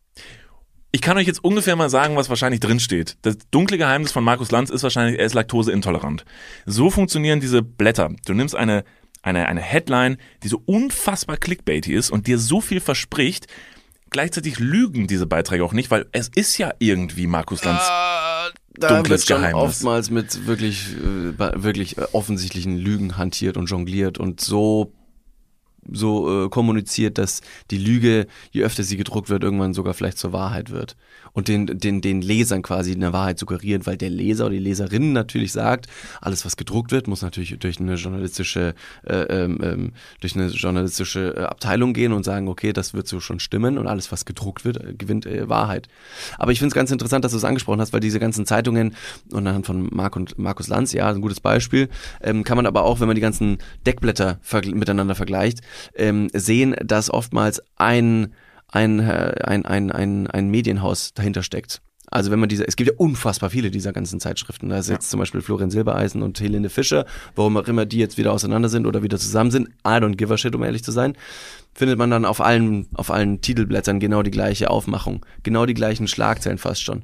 Ich kann euch jetzt ungefähr mal sagen, was wahrscheinlich drin steht. Das dunkle Geheimnis von Markus Lanz ist wahrscheinlich, er ist laktoseintolerant. So funktionieren diese Blätter. Du nimmst eine Eine, eine Headline, die so unfassbar clickbaity ist und dir so viel verspricht. Gleichzeitig lügen diese Beiträge auch nicht, weil es ist ja irgendwie Markus Lanz Ah, da dunkles wird schon Geheimnis. oftmals mit wirklich, äh, wirklich äh, offensichtlichen Lügen hantiert und jongliert und so so äh, kommuniziert, dass die Lüge, je öfter sie gedruckt wird, irgendwann sogar vielleicht zur Wahrheit wird. Und den, den, den Lesern quasi eine Wahrheit suggeriert, weil der Leser oder die Leserin natürlich sagt, alles was gedruckt wird, muss natürlich durch eine journalistische, äh, ähm, durch eine journalistische äh, Abteilung gehen und sagen, okay, das wird so schon stimmen und alles was gedruckt wird, äh, gewinnt äh, Wahrheit. Aber ich finde es ganz interessant, dass du es angesprochen hast, weil diese ganzen Zeitungen, und anhand von Mark und Markus Lanz, ja, ein gutes Beispiel, ähm, kann man aber auch, wenn man die ganzen Deckblätter vergl- miteinander vergleicht, ähm, sehen, dass oftmals ein Ein, ein, ein, ein, ein Medienhaus dahinter steckt. Also wenn man diese, es gibt ja unfassbar viele dieser ganzen Zeitschriften. Da ist jetzt ja. zum Beispiel Florian Silbereisen und Helene Fischer, warum auch immer die jetzt wieder auseinander sind oder wieder zusammen sind. I don't give a shit, um ehrlich zu sein. Findet man dann auf allen, auf allen Titelblättern genau die gleiche Aufmachung. Genau die gleichen Schlagzeilen fast schon.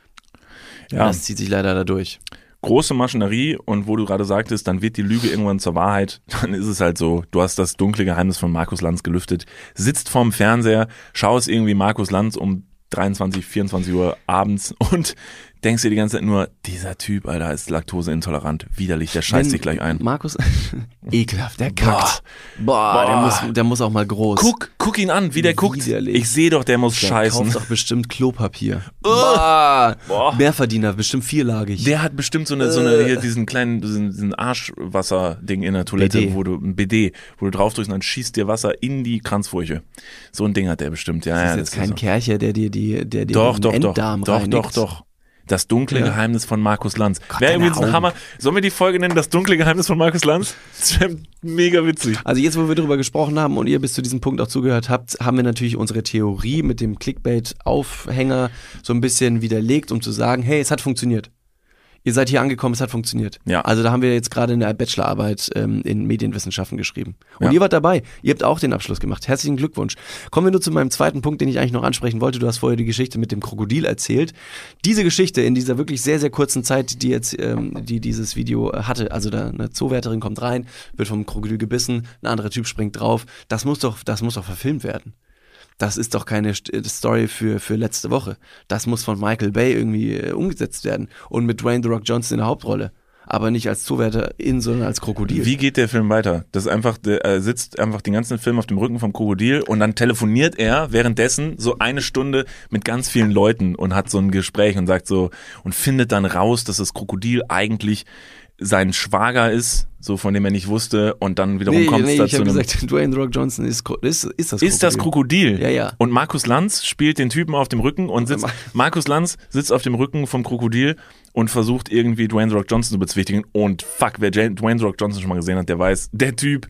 Ja. Das zieht sich leider da durch. Große Maschinerie und wo du gerade sagtest, dann wird die Lüge irgendwann zur Wahrheit, dann ist es halt so, du hast das dunkle Geheimnis von Markus Lanz gelüftet, sitzt vorm Fernseher, schaust irgendwie Markus Lanz um dreiundzwanzig, vierundzwanzig Uhr abends und denkst dir die ganze Zeit nur, dieser Typ, Alter, ist laktoseintolerant, widerlich, der scheißt dich gleich ein. Markus, ekelhaft, der kackt. Boah, Boah. Der, muss, der muss auch mal groß. Guck, guck ihn an, wie der guckt. Widerlich. Ich sehe doch, der muss der scheißen. Der kauft doch bestimmt Klopapier. Boah. Boah. Mehrverdiener, bestimmt vierlagig. Der hat bestimmt so eine, so eine hier diesen kleinen, diesen, diesen Arschwasser-Ding in der Toilette, B D. wo du, ein B D, wo du drauf drückst und dann schießt dir Wasser in die Kranzfurche. So ein Ding hat der bestimmt, ja. Das ist ja, jetzt das kein ist so. Kercher, der dir die, der dir doch, den doch, Enddarm doch, reinigt. Doch, doch, doch. Das dunkle ja. Geheimnis von Markus Lanz. Wäre übrigens ein Augen. Hammer. Sollen wir die Folge nennen, das dunkle Geheimnis von Markus Lanz? Das wäre mega witzig. Also jetzt, wo wir darüber gesprochen haben und ihr bis zu diesem Punkt auch zugehört habt, haben wir natürlich unsere Theorie mit dem Clickbait-Aufhänger so ein bisschen widerlegt, um zu sagen, hey, es hat funktioniert. Ihr seid hier angekommen, es hat funktioniert. Ja. Also da haben wir jetzt gerade eine Bachelorarbeit ähm, in Medienwissenschaften geschrieben. Und ja. ihr wart dabei. Ihr habt auch den Abschluss gemacht. Herzlichen Glückwunsch. Kommen wir nur zu meinem zweiten Punkt, den ich eigentlich noch ansprechen wollte. Du hast vorher die Geschichte mit dem Krokodil erzählt. Diese Geschichte in dieser wirklich sehr, sehr kurzen Zeit, die jetzt, ähm, die dieses Video hatte, also da eine Zoowärterin kommt rein, wird vom Krokodil gebissen, ein anderer Typ springt drauf. Das muss doch, das muss doch verfilmt werden. Das ist doch keine Story für, für letzte Woche. Das muss von Michael Bay irgendwie äh, umgesetzt werden. Und mit Dwayne The Rock Johnson in der Hauptrolle. Aber nicht als Zuwärterin, sondern als Krokodil. Wie geht der Film weiter? Das ist einfach, der äh, sitzt einfach den ganzen Film auf dem Rücken vom Krokodil und dann telefoniert er währenddessen so eine Stunde mit ganz vielen Leuten und hat so ein Gespräch und sagt so, und findet dann raus, dass das Krokodil eigentlich sein Schwager ist, so von dem er nicht wusste, und dann wiederum nee, kommt es nee, dazu. Ich habe gesagt, Dwayne The Rock Johnson ist, ist, ist das Krokodil. Ist das Krokodil? Ja, ja. Und Markus Lanz spielt den Typen auf dem Rücken und sitzt, Markus Lanz sitzt auf dem Rücken vom Krokodil und versucht irgendwie Dwayne The Rock Johnson zu bezwichtigen. Und fuck, wer Dwayne The Rock Johnson schon mal gesehen hat, der weiß, der Typ,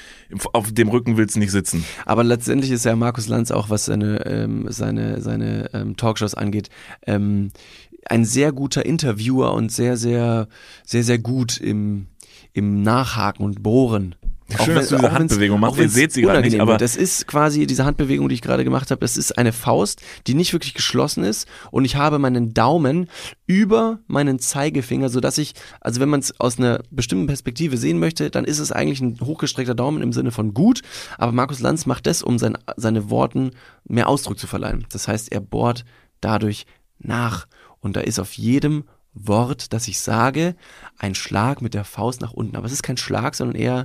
auf dem Rücken willst du nicht sitzen. Aber letztendlich ist ja Markus Lanz auch, was seine, ähm, seine, seine ähm, Talkshows angeht, ähm, ein sehr guter Interviewer und sehr, sehr, sehr, sehr gut im, im Nachhaken und Bohren. Schön, wenn, dass du diese Handbewegung machst. Ihr seht sie gerade nicht, aber das ist quasi diese Handbewegung, die ich gerade gemacht habe. Es ist eine Faust, die nicht wirklich geschlossen ist, und ich habe meinen Daumen über meinen Zeigefinger, sodass ich, also wenn man es aus einer bestimmten Perspektive sehen möchte, dann ist es eigentlich ein hochgestreckter Daumen im Sinne von gut. Aber Markus Lanz macht das, um sein, seine Worten mehr Ausdruck zu verleihen. Das heißt, er bohrt dadurch nach. Und da ist auf jedem Wort, das ich sage, ein Schlag mit der Faust nach unten. Aber es ist kein Schlag, sondern eher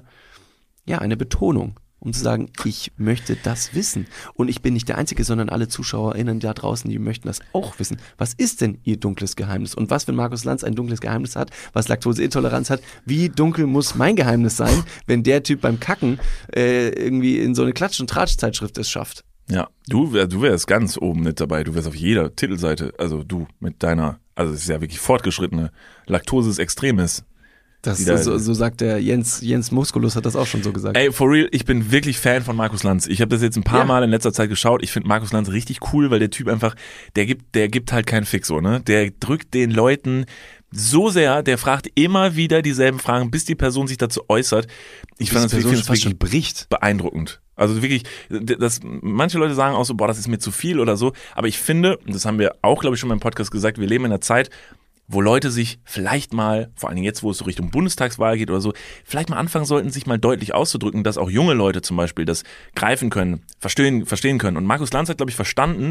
ja eine Betonung, um zu sagen, ich möchte das wissen. Und ich bin nicht der Einzige, sondern alle ZuschauerInnen da draußen, die möchten das auch wissen. Was ist denn ihr dunkles Geheimnis? Und was, wenn Markus Lanz ein dunkles Geheimnis hat, was Laktoseintoleranz hat, wie dunkel muss mein Geheimnis sein, wenn der Typ beim Kacken äh, irgendwie in so eine Klatsch- und Tratsch-Zeitschrift es schafft? Ja, du, wär, du wärst ganz oben mit dabei. Du wärst auf jeder Titelseite, also du mit deiner, also es ist ja wirklich fortgeschrittene Laktose ist Extremis. Das da, so, so sagt der Jens, Jens Musculus hat das auch schon so gesagt. Ey, for real, ich bin wirklich Fan von Markus Lanz. Ich habe das jetzt ein paar ja. Mal in letzter Zeit geschaut. Ich finde Markus Lanz richtig cool, weil der Typ einfach, der gibt, der gibt halt keinen Fick so, ne? Der drückt den Leuten so sehr, der fragt immer wieder dieselben Fragen, bis die Person sich dazu äußert. Ich fand das wirklich, fast schon bricht. Beeindruckend. Also wirklich, das, manche Leute sagen auch so, boah, das ist mir zu viel oder so. Aber ich finde, und das haben wir auch, glaube ich, schon mal im Podcast gesagt, wir leben in einer Zeit, wo Leute sich vielleicht mal, vor allen Dingen jetzt, wo es so Richtung Bundestagswahl geht oder so, vielleicht mal anfangen sollten, sich mal deutlich auszudrücken, dass auch junge Leute zum Beispiel das greifen können, verstehen, verstehen können. Und Markus Lanz hat, glaube ich, verstanden,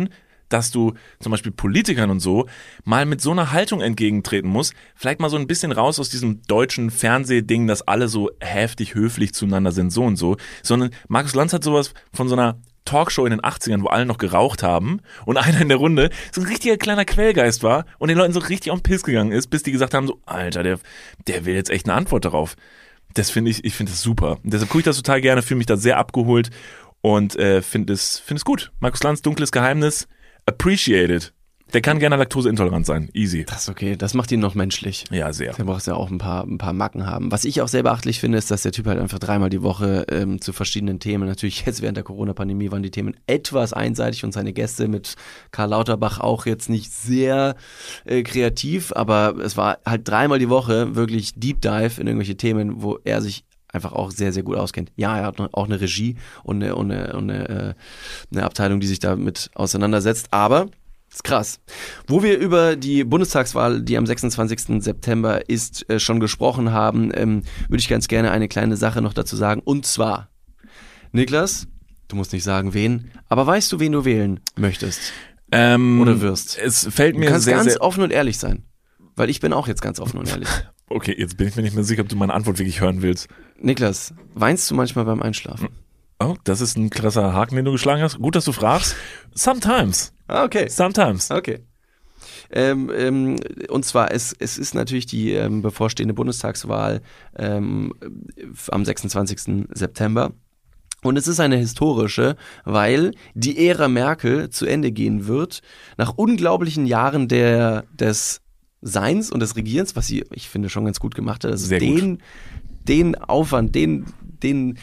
dass du zum Beispiel Politikern und so mal mit so einer Haltung entgegentreten musst, vielleicht mal so ein bisschen raus aus diesem deutschen Fernsehding, dass alle so heftig höflich zueinander sind, so und so, sondern Markus Lanz hat sowas von so einer Talkshow in den achtzigern, wo alle noch geraucht haben und einer in der Runde so ein richtiger kleiner Quellgeist war und den Leuten so richtig auf den Piss gegangen ist, bis die gesagt haben so, Alter, der, der will jetzt echt eine Antwort darauf. Das finde ich, ich finde das super. Und deshalb gucke ich das total gerne, fühle mich da sehr abgeholt und äh, finde es, finde es gut. Markus Lanz, dunkles Geheimnis, appreciated. Der kann gerne laktoseintolerant sein, easy. Das ist okay, das macht ihn noch menschlich. Ja, sehr. Der braucht ja auch ein paar, ein paar Macken haben. Was ich auch sehr beachtlich finde, ist, dass der Typ halt einfach dreimal die Woche ähm, zu verschiedenen Themen, natürlich jetzt während der Corona-Pandemie waren die Themen etwas einseitig und seine Gäste mit Karl Lauterbach auch jetzt nicht sehr äh, kreativ, aber es war halt dreimal die Woche wirklich Deep Dive in irgendwelche Themen, wo er sich einfach auch sehr, sehr gut auskennt. Ja, er hat auch eine Regie und eine, und eine, und eine, äh, eine Abteilung, die sich damit auseinandersetzt, aber ist krass. Wo wir über die Bundestagswahl, die am sechsundzwanzigsten September ist, äh, schon gesprochen haben, ähm, würde ich ganz gerne eine kleine Sache noch dazu sagen. Und zwar, Niklas, du musst nicht sagen, wen, aber weißt du, wen du wählen möchtest? Ähm, Oder wirst? Es fällt mir du kannst sehr, ganz sehr offen und ehrlich sein. Weil ich bin auch jetzt ganz offen und ehrlich. Okay, jetzt bin ich mir nicht mehr sicher, ob du meine Antwort wirklich hören willst. Niklas, weinst du manchmal beim Einschlafen? Oh, das ist ein krasser Haken, den du geschlagen hast. Gut, dass du fragst. Sometimes. Ah, okay. Sometimes. Okay. Ähm, ähm, und zwar, es, es ist natürlich die ähm, bevorstehende Bundestagswahl ähm, am sechsundzwanzigsten September. Und es ist eine historische, weil die Ära Merkel zu Ende gehen wird, nach unglaublichen Jahren der, des Seins und des Regierens, was sie, ich finde, schon ganz gut gemacht hat. Also Sehr den, gut. den Aufwand, den, den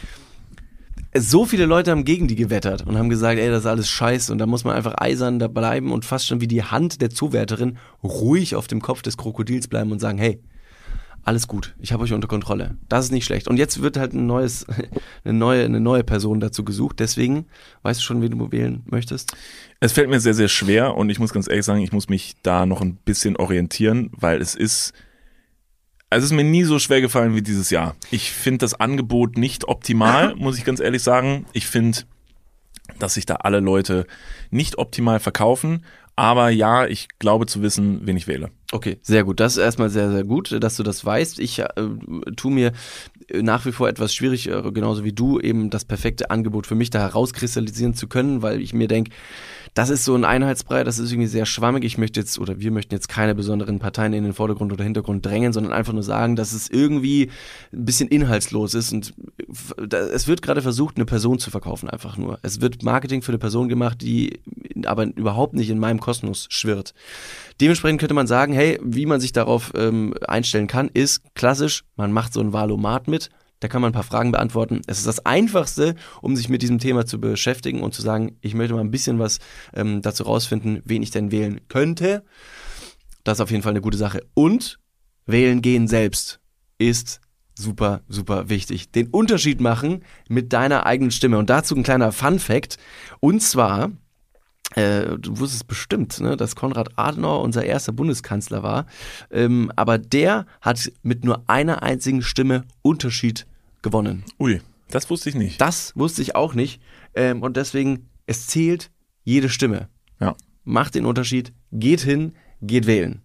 so viele Leute haben gegen die gewettert und haben gesagt, ey, das ist alles scheiße und da muss man einfach eisern da bleiben und fast schon wie die Hand der Zuwärterin ruhig auf dem Kopf des Krokodils bleiben und sagen, hey, alles gut, ich habe euch unter Kontrolle. Das ist nicht schlecht. Und jetzt wird halt ein neues, eine neue, eine neue Person dazu gesucht. Deswegen, weißt du schon, wen du wählen möchtest? Es fällt mir sehr, sehr schwer und ich muss ganz ehrlich sagen, ich muss mich da noch ein bisschen orientieren, weil es ist, also es ist mir nie so schwer gefallen wie dieses Jahr. Ich finde das Angebot nicht optimal, muss ich ganz ehrlich sagen. Ich finde, dass sich da alle Leute nicht optimal verkaufen. Aber ja, ich glaube zu wissen, wen ich wähle. Okay, sehr gut. Das ist erstmal sehr, sehr gut, dass du das weißt. Ich äh, tue mir nach wie vor etwas schwierig, äh, genauso wie du, eben das perfekte Angebot für mich da herauskristallisieren zu können, weil ich mir denke, das ist so ein Einheitsbrei, das ist irgendwie sehr schwammig. Ich möchte jetzt, oder wir möchten jetzt keine besonderen Parteien in den Vordergrund oder Hintergrund drängen, sondern einfach nur sagen, dass es irgendwie ein bisschen inhaltslos ist und es wird gerade versucht, eine Person zu verkaufen, einfach nur. Es wird Marketing für eine Person gemacht, die aber überhaupt nicht in meinem Kosmos schwirrt. Dementsprechend könnte man sagen, hey, wie man sich darauf ähm, einstellen kann, ist klassisch, man macht so ein Wahlomat mit, da kann man ein paar Fragen beantworten. Es ist das Einfachste, um sich mit diesem Thema zu beschäftigen und zu sagen, ich möchte mal ein bisschen was ähm, dazu rausfinden, wen ich denn wählen könnte. Das ist auf jeden Fall eine gute Sache. Und wählen gehen selbst ist super, super wichtig. Den Unterschied machen mit deiner eigenen Stimme. Und dazu ein kleiner Fun-Fact. Und zwar, äh, du wusstest bestimmt, ne, dass Konrad Adenauer unser erster Bundeskanzler war. Ähm, aber der hat mit nur einer einzigen Stimme Unterschied gewonnen. Ui, das wusste ich nicht. Das wusste ich auch nicht. Ähm, und deswegen, es zählt jede Stimme. Ja. Macht den Unterschied, geht hin, geht wählen.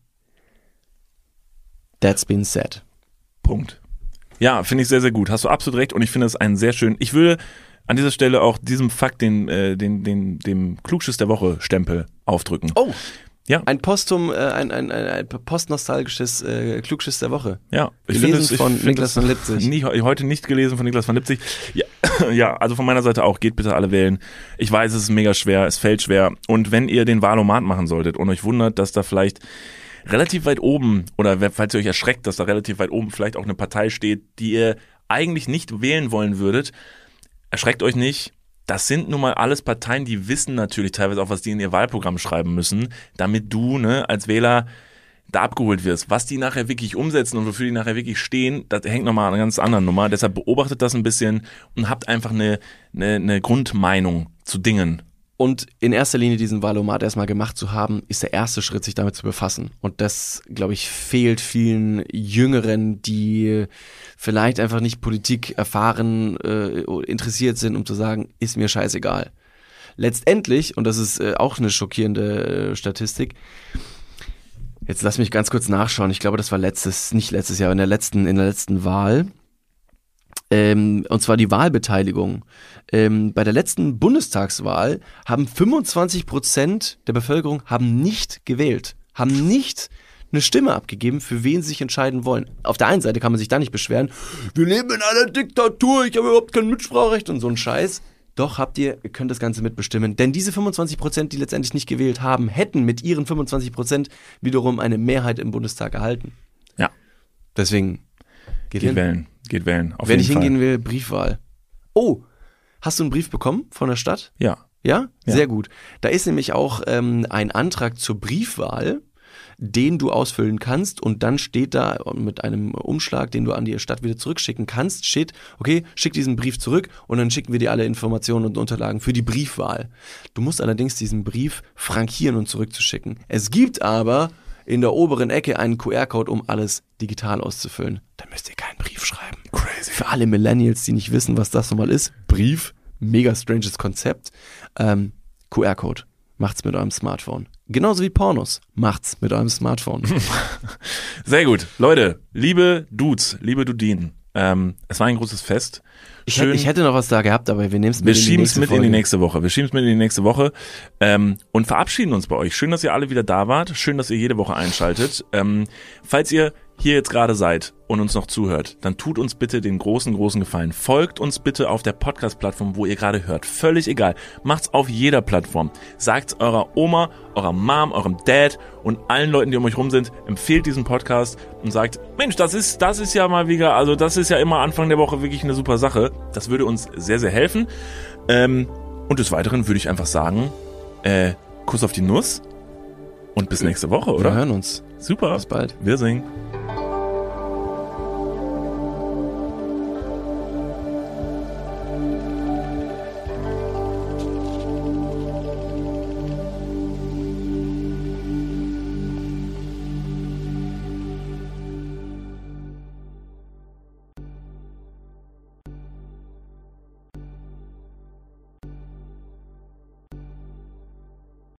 That's been said. Punkt. Ja, finde ich sehr, sehr gut. Hast du absolut recht und ich finde es einen sehr schönen, ich würde an dieser Stelle auch diesem Fakt den, äh, den, den, dem Klugschiss der Woche Stempel aufdrücken. Oh, ja. Ein Postum, äh, ein, ein, ein, ein postnostalgisches äh, Klugschiss der Woche. Ja, ich gelesen finde es von find Niklas von Lipzig. Nie, heute nicht gelesen von Niklas von Lipzig. Ja, ja, also von meiner Seite auch, geht bitte alle wählen. Ich weiß, es ist mega schwer, es fällt schwer. Und wenn ihr den Wahlomat machen solltet und euch wundert, dass da vielleicht relativ weit oben, oder falls ihr euch erschreckt, dass da relativ weit oben vielleicht auch eine Partei steht, die ihr eigentlich nicht wählen wollen würdet, erschreckt euch nicht. Das sind nun mal alles Parteien, die wissen natürlich teilweise auch, was die in ihr Wahlprogramm schreiben müssen, damit du, ne, als Wähler da abgeholt wirst. Was die nachher wirklich umsetzen und wofür die nachher wirklich stehen, das hängt nochmal an einer ganz anderen Nummer. Deshalb beobachtet das ein bisschen und habt einfach eine, eine, eine Grundmeinung zu Dingen. Und in erster Linie diesen Wahlomat erstmal gemacht zu haben, ist der erste Schritt, sich damit zu befassen. Und das, glaube ich, fehlt vielen Jüngeren, die vielleicht einfach nicht Politik erfahren, äh, interessiert sind, um zu sagen, ist mir scheißegal. letztendlich, und das ist äh, auch eine schockierende äh, Statistik, jetzt lass mich ganz kurz nachschauen, ich glaube, das war letztes, nicht letztes Jahr, in der letzten, in der letzten Wahl, ähm, und zwar die Wahlbeteiligung. Ähm, bei der letzten Bundestagswahl haben fünfundzwanzig Prozent der Bevölkerung haben nicht gewählt, haben nicht eine Stimme abgegeben, für wen sie sich entscheiden wollen. Auf der einen Seite kann man sich da nicht beschweren, wir leben in einer Diktatur, ich habe überhaupt kein Mitspracherecht und so ein Scheiß. Doch habt ihr, ihr könnt das Ganze mitbestimmen. Denn diese fünfundzwanzig Prozent, die letztendlich nicht gewählt haben, hätten mit ihren fünfundzwanzig Prozent wiederum eine Mehrheit im Bundestag erhalten. Ja. Deswegen geht, geht hin. wählen, geht wählen. Auf Wenn jeden ich Fall. hingehen will, Briefwahl. Oh, hast du einen Brief bekommen von der Stadt? Ja. Ja? Ja. Sehr gut. Da ist nämlich auch ähm, ein Antrag zur Briefwahl, den du ausfüllen kannst und dann steht da mit einem Umschlag, den du an die Stadt wieder zurückschicken kannst, steht, okay, schick diesen Brief zurück und dann schicken wir dir alle Informationen und Unterlagen für die Briefwahl. Du musst allerdings diesen Brief frankieren und zurückzuschicken. Es gibt aber in der oberen Ecke einen Q R-Code, um alles digital auszufüllen. Dann müsst ihr keinen Brief schreiben. Crazy. Für alle Millennials, die nicht wissen, was das nochmal ist, Brief, mega stranges Konzept, ähm, Q R-Code. Macht's mit eurem Smartphone. Genauso wie Pornos. Macht's mit eurem Smartphone. Sehr gut. Leute, liebe Dudes, liebe Dudinen, ähm, es war ein großes Fest. Ich hätte, ich hätte noch was da gehabt, aber wir nehmen es mit Wir in die schieben es nächste mit Folge. in die nächste Woche. Wir schieben es mit in die nächste Woche ähm, und verabschieden uns bei euch. Schön, dass ihr alle wieder da wart. Schön, dass ihr jede Woche einschaltet. Ähm, falls ihr hier jetzt gerade seid und uns noch zuhört, dann tut uns bitte den großen, großen Gefallen. Folgt uns bitte auf der Podcast-Plattform, wo ihr gerade hört. Völlig egal. Macht's auf jeder Plattform. Sagt's eurer Oma, eurer Mom, eurem Dad und allen Leuten, die um euch rum sind. Empfehlt diesen Podcast und sagt, Mensch, das ist, das ist ja mal wieder, also das ist ja immer Anfang der Woche wirklich eine super Sache. Das würde uns sehr, sehr helfen. Ähm, und des Weiteren würde ich einfach sagen, äh, Kuss auf die Nuss und bis nächste Woche, oder? Wir hören uns. Super. Bis bald. Wir singen.